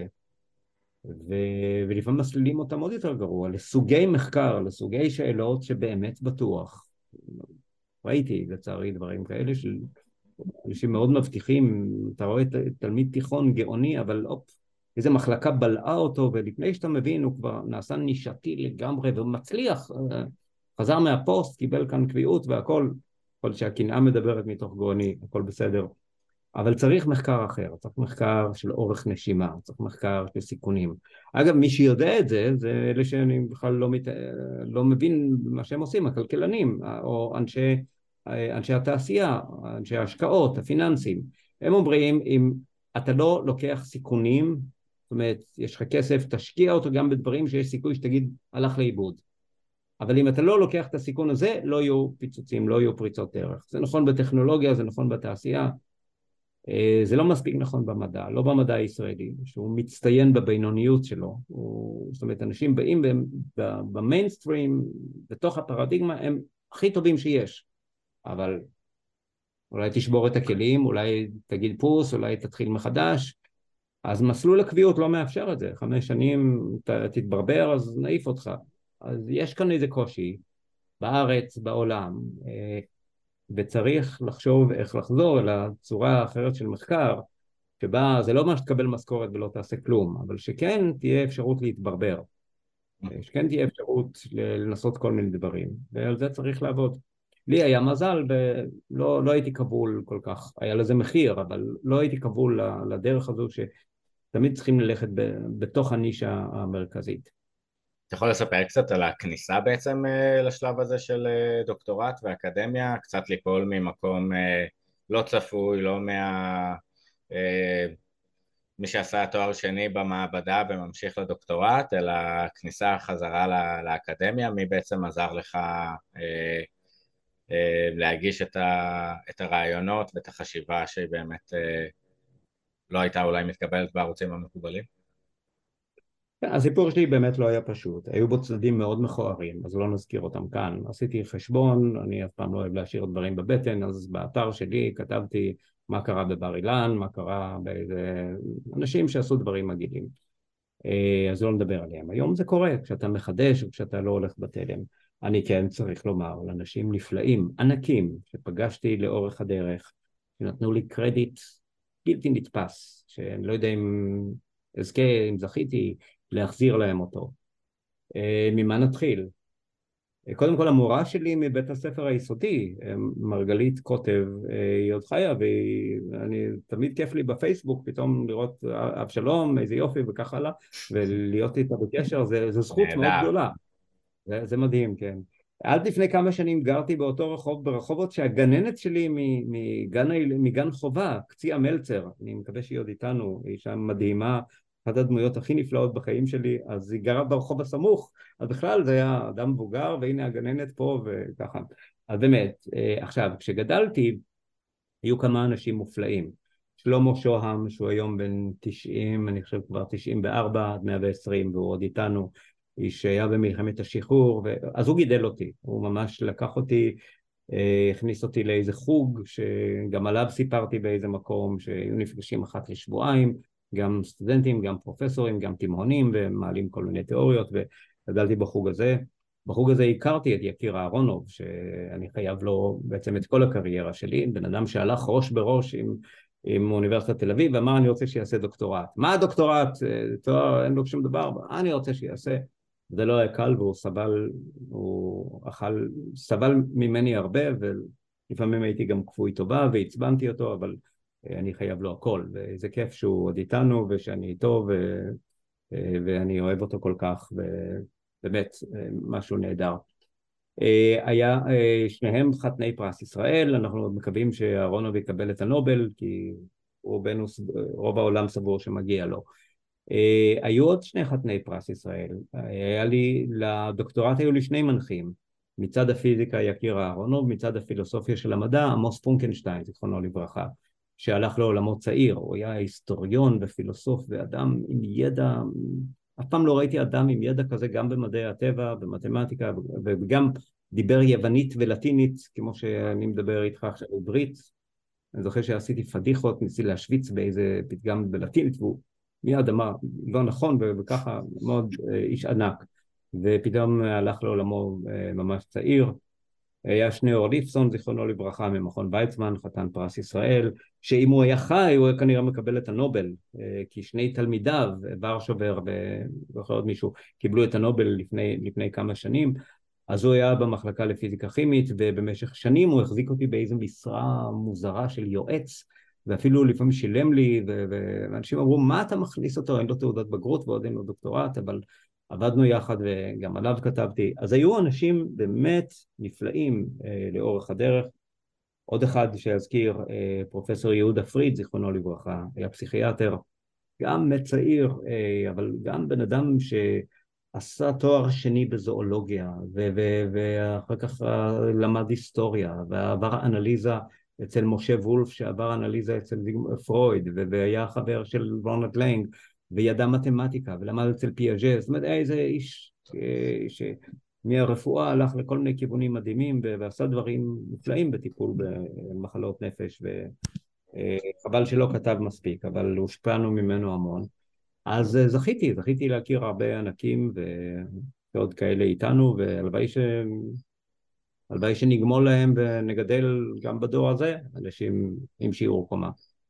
[SPEAKER 2] ולפעמים מסלילים אותם עוד יותר גרוע, לסוגי מחקר, לסוגי שאלות שבאמת בטוח. ראיתי לצערי דברים כאלה של אנשים מאוד מבטיחים, אתה רואה תלמיד תיכון גאוני, אבל איזו מחלקה בלעה אותו, ולפני שאתה מבין הוא כבר נעשה נישתי לגמרי ומצליח, חזר מהפוסט, קיבל כאן קביעות והכל, כל שהקנאה מדברת מתוך גאוני, הכל בסדר. אבל צריך מחקר אחר, צריך מחקר של אורך נשימה, צריך מחקר של סיכונים. אגב, מי שיודע את זה, זה אלה שאני בכלל לא מבין מה שהם עושים, הכלכלנים, או אנשי התעשייה, אנשי ההשקעות, הפיננסים. הם אומרים, אם אתה לא לוקח סיכונים, זאת אומרת, יש לך כסף, תשקיע אותו גם בדברים שיש סיכוי שתגיד, הלך לאיבוד. אבל אם אתה לא לוקח את הסיכון הזה, לא יהיו פיצוצים, לא יהיו פריצות דרך. זה נכון בטכנולוגיה, זה נכון בתעשייה, זה לא מספיק נכון במדע, לא במדע הישראלי, שהוא מצטיין בבינוניות שלו. זאת אומרת, אנשים באים במיינסטרים, בתוך הפרדיגמה, הם הכי טובים שיש. אבל אולי תשבור את הכלים, אולי תגיד פוס, אולי תתחיל מחדש. אז מסלול הקביעות לא מאפשר את זה. 5 שנים תתברבר, אז נעיף אותך. אז יש כאן איזה קושי בארץ, בעולם, וצריך לחשוב איך לחזור אל הצורה האחרת של מחקר, שבה זה לא מה שתקבל משכורת ולא תעשה כלום, אבל שכן תהיה אפשרות להתברבר, שכן תהיה אפשרות לנסות כל מיני דברים, ועל זה צריך לעבוד. לי היה מזל, ולא הייתי קבול כל כך, היה לזה מחיר, אבל לא הייתי קבול לדרך הזו שתמיד צריכים ללכת בתוך הנישה המרכזית.
[SPEAKER 3] אתה יכול לספר קצת על הכניסה בעצם לשלב הזה של דוקטורט ואקדמיה, קצת ליפול ממקום לא צפוי, לא מי שעשה תואר שני במעבדה וממשיך לדוקטורט, אלא כניסה חזרה לאקדמיה, מי בעצם עזר לך להגיש את הרעיונות ואת החשיבה שהיא באמת לא הייתה אולי מתקבלת בערוצים המקובלים?
[SPEAKER 2] הסיפור שלי באמת לא היה פשוט, היו בו צדדים מאוד מכוערים, אז לא נזכיר אותם כאן. עשיתי חשבון, אני אף פעם לא אוהב להשאיר דברים בבטן, אז באתר שלי כתבתי מה קרה בבר אילן, מה קרה באיזה אנשים שעשו דברים מגעילים, אז לא נדבר עליהם. היום זה קורה, כשאתה מחדש וכשאתה לא הולך בתלם. אני כן צריך לומר, לאנשים נפלאים, ענקים, שפגשתי לאורך הדרך, שנתנו לי קרדיט בלתי נתפס, שאני לא יודע אם אזכה, אם זכיתי, להחזיר להם אותו. ממה נתחיל? קודם כל, המורה שלי מבית הספר היסודי, מרגלית קוטב, היא עוד חיה, ואני תמיד כיף לי בפייסבוק פתאום לראות אבשלום, איזה יופי וכך הלאה, ולהיות איתה בקשר, זה זכות מאוד גדולה. זה מדהים, כן. עד לפני כמה שנים גרתי באותו רחוב, ברחובות שהגננת שלי מגן חובה, קציעה מלצר, אני מקווה שהיא עוד איתנו, היא שם מדהימה, אחת הדמויות הכי נפלאות בחיים שלי, אז היא גרה ברחוב הסמוך, אז בכלל זה היה אדם מבוגר, והנה הגננת פה וככה. אז באמת, עכשיו, כשגדלתי, היו כמה אנשים מופלאים. שלמה שוהם, שהוא היום בן 90, אני חושב כבר 94 עד 120, והוא עוד איתנו, איש שהיה במלחמת השחרור, אז הוא גידל אותי, הוא ממש לקח אותי, הכניס אותי לאיזה חוג, שגם עליו סיפרתי באיזה מקום, שהיו נפגשים אחת לשבועיים, גם סטודנטים, גם פרופסורים, גם תימהונים, ומעלים כל מיני תיאוריות, וגדלתי בחוג הזה. בחוג הזה הכרתי את יקיר אהרונוב, שאני חייב לו בעצם את כל הקריירה שלי, בן אדם שהלך ראש בראש עם אוניברסיטת תל אביב, ואמר אני רוצה שיעשה דוקטורט. מה הדוקטורט? תואר, אין לו שום דבר, אני רוצה שיעשה. זה לא היה קל, והוא סבל ממני הרבה, ולפעמים הייתי גם כפוי טובה, והצבנתי אותו, אבל אני חייב לו הכל, וזה כיף שהוא עוד איתנו, ושאני איתו, ואני אוהב אותו כל כך, ובאמת, משהו נהדר. היה שניהם חתני פרס ישראל, אנחנו מקווים שאהרונוב יקבל את הנובל, כי רוב העולם סבור שמגיע לו. היו עוד 2 חתני פרס ישראל, לדוקטורט היו לי 2 מנחים, מצד הפיזיקה יקיר אהרונוב, מצד הפילוסופיה של המדע, עמוס פונקנשטיין, זיכרונו לברכה, שהלך לעולמו צעיר, הוא היה היסטוריון ופילוסוף ואדם עם ידע, אף פעם לא ראיתי אדם עם ידע כזה גם במדעי הטבע, במתמטיקה, וגם דיבר יוונית ולטינית, כמו שאני מדבר איתך עכשיו עברית. אני זוכר שעשיתי פדיחות, ניסיתי להשוויץ באיזה פתגם בלטינית, והוא מיד אמר, לא נכון, וככה מאוד איש ענק, ופתאום הלך לעולמו ממש צעיר. היה שניאור ליפסון, זיכרונו לברכה, ממכון ויצמן, חתן פרס ישראל, שאם הוא היה חי, הוא היה כנראה מקבל את הנובל, כי 2 תלמידיו, ורשובר ועוד מישהו, קיבלו את הנובל לפני כמה שנים, אז הוא היה במחלקה לפיזיקה כימית, ובמשך שנים הוא החזיק אותי באיזו משרה מוזרה של יועץ, ואפילו לפעמים שילם לי, ואנשים אמרו, מה אתה מכניס אותו? אין לו תעודת בגרות ועוד אין לו דוקטורט, אבל עבדנו יחד וגם עליו כתבתי. אז היו אנשים באמת נפלאים לאורך הדרך. עוד אחד שאזכיר, פרופסור יהודה פריד, זיכרונו לברכה, היה פסיכיאטר, גם צעיר, אבל גם בן אדם שעשה תואר שני בזואולוגיה, ואחר כך למד היסטוריה, ועבר אנליזה אצל משה וולף, שעבר אנליזה אצל פרויד, והיה חבר של רונלד לנג, וידע מתמטיקה, ולמד אצל פיאז'ה. זאת אומרת, איזה איש מהרפואה הלך לכל מיני כיוונים מדהימים, ועשה דברים נפלאים בטיפול במחלות נפש, חבל שלא כתב מספיק, אבל הושפענו ממנו המון. אז זכיתי להכיר הרבה ענקים ועוד כאלה איתנו, והלוואי שנגמול להם ונגדל גם בדור הזה אנשים עם שיעור קומה.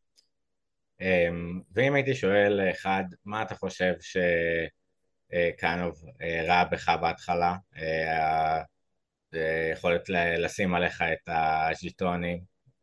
[SPEAKER 3] ואם הייתי שואל אחד, מה אתה חושב שכאנוב ראה בך בהתחלה? יכולת לשים עליך את הז'יטונים?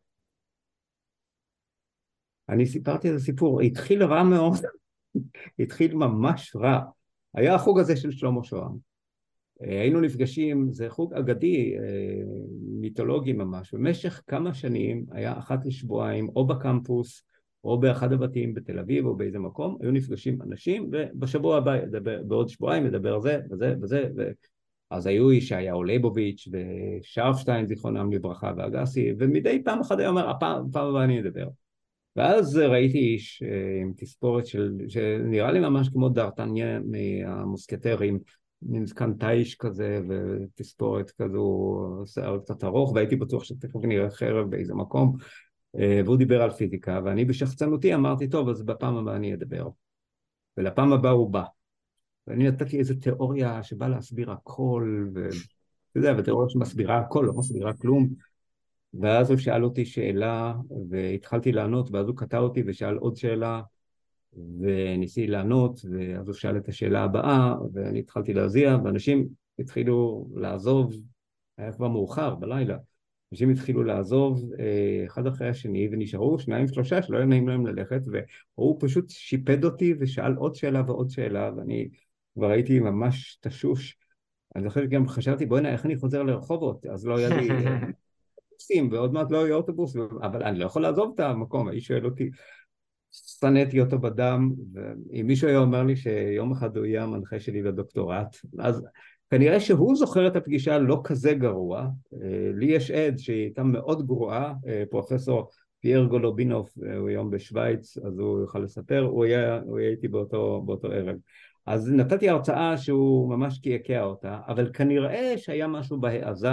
[SPEAKER 2] אני סיפרתי את הסיפור, התחיל רע מאוד, התחיל ממש רע. היה החוג הזה של שלמה שוהם. היינו נפגשים, זה חוג אגדי, מיתולוגי ממש. במשך כמה שנים היה אחת לשבועיים, או בקמפוס, או באחד הבתים בתל אביב, או באיזה מקום, היו נפגשים אנשים, ובשבוע הבא, בעוד שבועיים, לדבר זה וזה וזה, אז היו ישעיהו ליבוביץ' ושרפשטיין, זיכרונם לברכה, ואגסי, ומדי פעם אחד היה אומר, הפעם הבאה אני אדבר. ואז ראיתי איש עם תספורת שנראה לי ממש כמו ד'ארטניה מהמוסקטרים, מין זקנטייש כזה ותספורת כזו, שיער קצת ארוך, והייתי בטוח שתכף נראה חרב באיזה מקום, והוא דיבר על פיזיקה, ואני בשחצנותי אמרתי, טוב, אז בפעם הבאה אני אדבר. ולפעם הבאה הוא בא. ואני נתתי איזו תיאוריה שבאה להסביר הכל, ואתה יודע, ותיאוריה שמסבירה הכל, לא מסבירה כלום. ואז הוא שאל אותי שאלה, והתחלתי לענות, ואז הוא קטע אותי ושאל עוד שאלה, וניסיתי לענות, ואז הוא שאל את השאלה הבאה, ואני התחלתי להזיע, ואנשים התחילו לעזוב, היה כבר מאוחר בלילה, אנשים התחילו לעזוב אחד אחרי השני, ונשארו שניים שלושה שלא היה נעים להם ללכת, והוא פשוט שיפד אותי ושאל עוד שאלה ועוד שאלה, ואני כבר הייתי ממש תשוש. אני זוכר גם חשבתי, בואי איך אני חוזר לרחובות, אז לא היה לי אוטובוסים, ועוד מעט לא היה אוטובוס, אבל אני לא יכול לעזוב את המקום, האיש שואל אותי, שנאתי אותו בדם, ואם מישהו היה אומר לי שיום אחד הוא יהיה המנחה שלי לדוקטורט, אז כנראה שהוא זוכר את הפגישה לא כזה גרוע. לי יש עד שהיא הייתה מאוד גרועה, פרופסור פייר גולובינוב, הוא היום בשוויץ, אז הוא יוכל לספר, הוא היה איתי באותו ערב. אז נתתי הרצאה שהוא ממש קעקע אותה, אבל כנראה שהיה משהו בהעזה,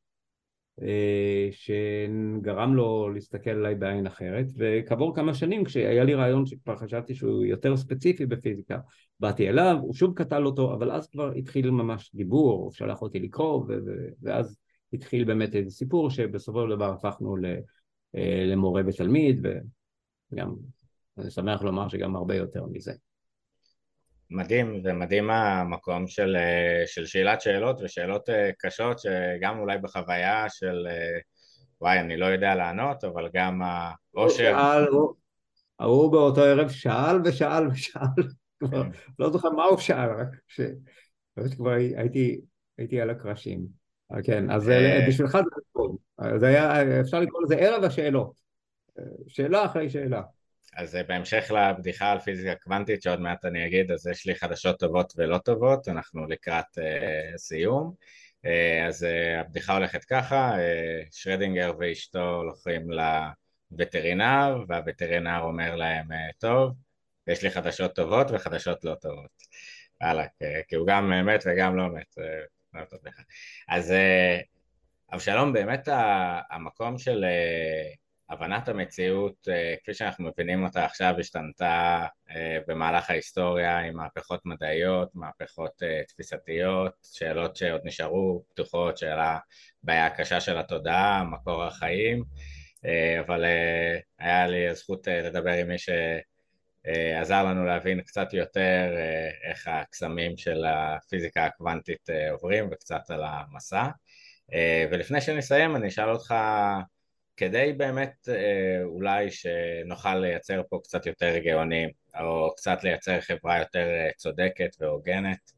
[SPEAKER 2] שגרם לו להסתכל עליי בעין אחרת, וכעבור כמה שנים כשהיה לי רעיון שכבר חשבתי שהוא יותר ספציפי בפיזיקה, באתי אליו, הוא שוב קטל אותו, אבל אז כבר התחיל ממש דיבור, הוא שלח אותי לקרוא, ואז התחיל באמת איזה סיפור שבסופו של דבר הפכנו למורה ותלמיד, וגם אני שמח לומר שגם הרבה יותר מזה.
[SPEAKER 3] מדהים, ומדהים המקום של שאלת שאלות ושאלות קשות, שגם אולי בחוויה של וואי, אני לא יודע לענות, אבל גם האושר.
[SPEAKER 2] הוא באותו ערב שאל ושאל, כבר לא זוכר מה הוא שאל, רק שכבר הייתי על הקרשים. כן, אז בשבילך זה נכון. זה היה, אפשר לקרוא לזה ערב השאלות. שאלה אחרי שאלה.
[SPEAKER 3] אז בהמשך לבדיחה על פיזיקה קוונטית שעוד מעט אני אגיד, אז יש לי חדשות טובות ולא טובות, אנחנו לקראת סיום. אז הבדיחה הולכת ככה, שרדינגר ואשתו הולכים לווטרינר, והווטרינר אומר להם, טוב, יש לי חדשות טובות וחדשות לא טובות. הלאה, כי הוא גם מת וגם לא מת. אז אבשלום, באמת המקום של הבנת המציאות, כפי שאנחנו מבינים אותה עכשיו, השתנתה במהלך ההיסטוריה עם מהפכות מדעיות, מהפכות תפיסתיות, שאלות שעוד נשארו פתוחות, שאלה בעיה קשה של התודעה, מקור החיים, אבל היה לי הזכות לדבר עם מי שעזר לנו להבין קצת יותר איך הקסמים של הפיזיקה הקוונטית עוברים וקצת על המסע. ולפני שנסיים אני אשאל אותך, כדי באמת אולי שנוכל לייצר פה קצת יותר גאונים, או קצת לייצר חברה יותר צודקת והוגנת,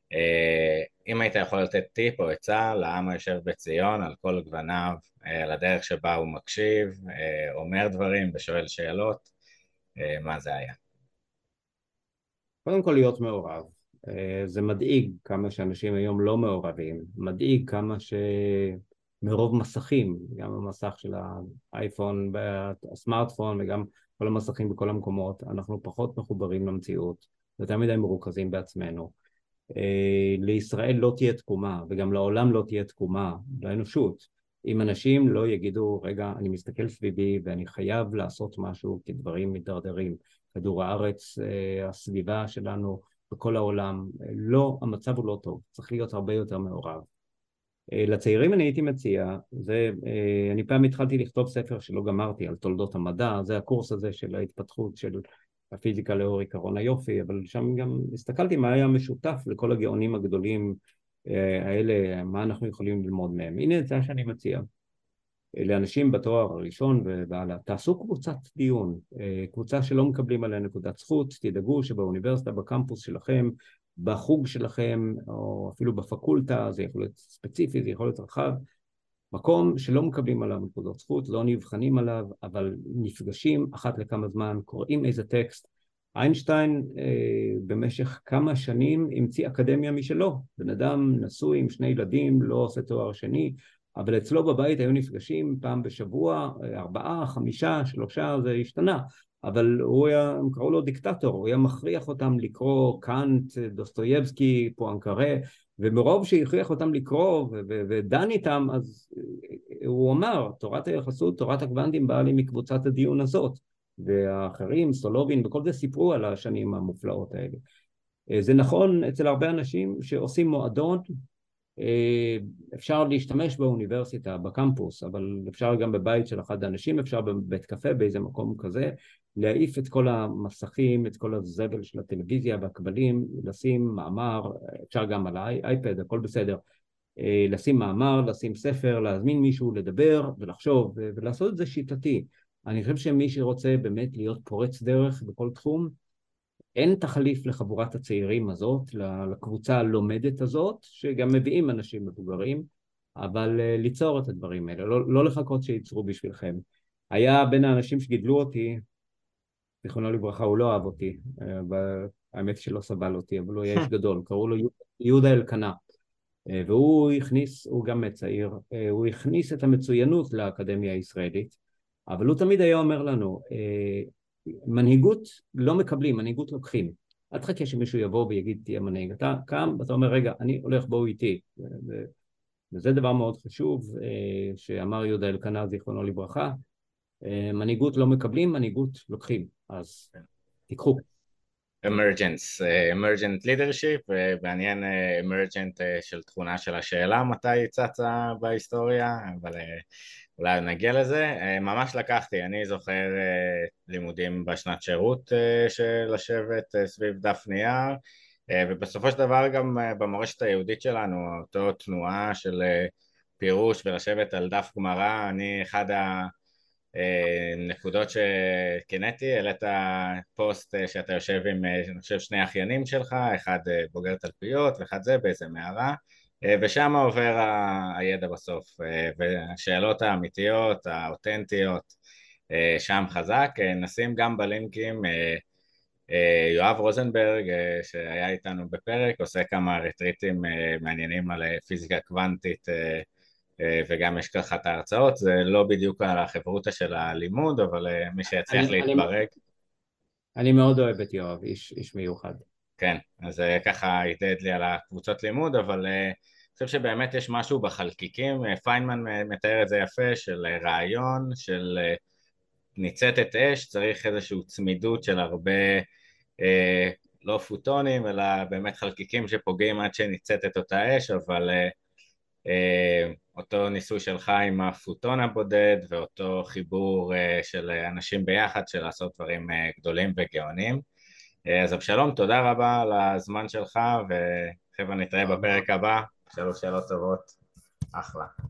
[SPEAKER 3] אם היית יכול לתת טיפ או עצה לעם היושב בציון על כל גווניו, על הדרך שבה הוא מקשיב, אומר דברים ושואל שאלות, מה זה היה?
[SPEAKER 2] קודם כל להיות מעורב. זה מדאיג כמה שאנשים היום לא מעורבים, מדאיג כמה שמרוב מסכים, גם המסך של האייפון והסמארטפון וגם כל המסכים בכל המקומות, אנחנו פחות מחוברים למציאות, יותר מדי מרוכזים בעצמנו. לישראל לא תהיה תקומה, וגם לעולם לא תהיה תקומה, לאנושות, אם אנשים לא יגידו, רגע, אני מסתכל סביבי ואני חייב לעשות משהו כי דברים מתדרדרים. כדור הארץ, הסביבה שלנו בכל העולם, לא, המצב הוא לא טוב, צריך להיות הרבה יותר מעורב. לצעירים אני הייתי מציע, אני פעם התחלתי לכתוב ספר שלא גמרתי על תולדות המדע, זה הקורס הזה של ההתפתחות של הפיזיקה לאור עיקרון היופי, אבל שם גם הסתכלתי מה היה משותף לכל הגאונים הגדולים האלה, מה אנחנו יכולים ללמוד מהם. הנה זה שאני מציע. לאנשים בתואר הראשון ובעלה, תעשו קבוצת דיון, קבוצה שלא מקבלים עליה נקודת זכות, תדאגו שבאוניברסיטה, בקמפוס שלכם, בחוג שלכם, או אפילו בפקולטה, זה יכול להיות ספציפי, זה יכול להיות רחב, מקום שלא מקבלים עליו נקודות זכות, לא נבחנים עליו, אבל נפגשים אחת לכמה זמן, קוראים איזה טקסט. איינשטיין במשך כמה שנים המציא אקדמיה משלו, בן אדם נשוי עם 2 ילדים, לא עושה תואר שני, אבל אצלו בבית היו נפגשים פעם בשבוע, 4, 5, 3, זה השתנה, אבל הם קראו לו דיקטטור, הוא היה מכריח אותם לקרוא קאנט, דוסטויבסקי, פואנקרה, ומרוב שהכריח אותם לקרוא ודן איתם, אז הוא אמר, תורת היחסות, תורת הקוונטים באה לי מקבוצת הדיון הזאת, והאחרים, סולובין, וכל זה סיפרו על השנים המופלאות האלה. זה נכון אצל הרבה אנשים שעושים מועדון, אפשר להשתמש באוניברסיטה, בקמפוס, אבל אפשר גם בבית של אחד האנשים, אפשר בבית קפה, באיזה מקום כזה, להעיף את כל המסכים, את כל הזבל של הטלוויזיה והכבלים, לשים מאמר, אפשר גם על האייפד, הכל בסדר, לשים מאמר, לשים ספר, להזמין מישהו לדבר ולחשוב ולעשות את זה שיטתי. אני חושב שמי שרוצה באמת להיות פורץ דרך בכל תחום, אין תחליף לחבורת הצעירים הזאת, לקבוצה הלומדת הזאת, שגם מביאים אנשים מבוגרים, אבל ליצור את הדברים האלה, לא לחכות שייצרו בשבילכם. היה בין האנשים שגידלו אותי, זיכרונו לברכה, הוא לא אהב אותי, האמת שלא סבל אותי, אבל הוא היה איש גדול, קראו לו יהודה אלקנה, והוא הכניס, הוא גם צעיר, הוא הכניס את המצוינות לאקדמיה הישראלית, אבל הוא תמיד היה אומר לנו, מנהיגות לא מקבלים, מנהיגות לוקחים. אל תחכה שמישהו יבוא ויגיד תהיה מנהיג. אתה קם ואתה אומר רגע, אני הולך, בואו איתי. וזה דבר מאוד חשוב שאמר יהודה אלקנה זיכרונו לברכה, מנהיגות לא מקבלים, מנהיגות לוקחים. אז תיקחו.
[SPEAKER 3] emergent leadership, בעניין emergent של תכונה של השאלה מתי היא צצה בהיסטוריה, אבל אולי נגיע לזה. ממש לקחתי, אני זוכר לימודים בשנת שירות של לשבת סביב דף נייר, ובסופו של דבר גם במורשת היהודית שלנו, אותו תנועה של פירוש ולשבת על דף גמרא, אני אחד נקודות שקינאתי, העלית פוסט שאתה יושב עם, אני חושב, 2 אחיינים שלך, אחד בוגר תלפיות ואחד זה באיזה מערה, ושם עובר הידע בסוף, והשאלות האמיתיות, האותנטיות, שם חזק. נשים גם בלינקים, יואב רוזנברג שהיה איתנו בפרק, עושה כמה רטריטים מעניינים על פיזיקה קוונטית, וגם יש ככה את ההרצאות, זה לא בדיוק על החברותה של הלימוד, אבל מי שיצליח להתברג.
[SPEAKER 2] אני מאוד אוהב את יואב, איש מיוחד.
[SPEAKER 3] כן, אז ככה התעד לי על הקבוצות לימוד, אבל אני חושב שבאמת יש משהו בחלקיקים, פיינמן מתאר את זה יפה, של רעיון, של ניצתת אש, צריך איזושהי צמידות של הרבה, לא פוטונים, אלא באמת חלקיקים שפוגעים עד שניצתת אותה אש, אבל אותו ניסוי שלך עם הפוטון הבודד ואותו חיבור של אנשים ביחד של לעשות דברים גדולים וגאונים. אז אבשלום, תודה רבה על הזמן שלך, וחבר'ה נתראה בפרק הבא. שאלות טובות, אחלה.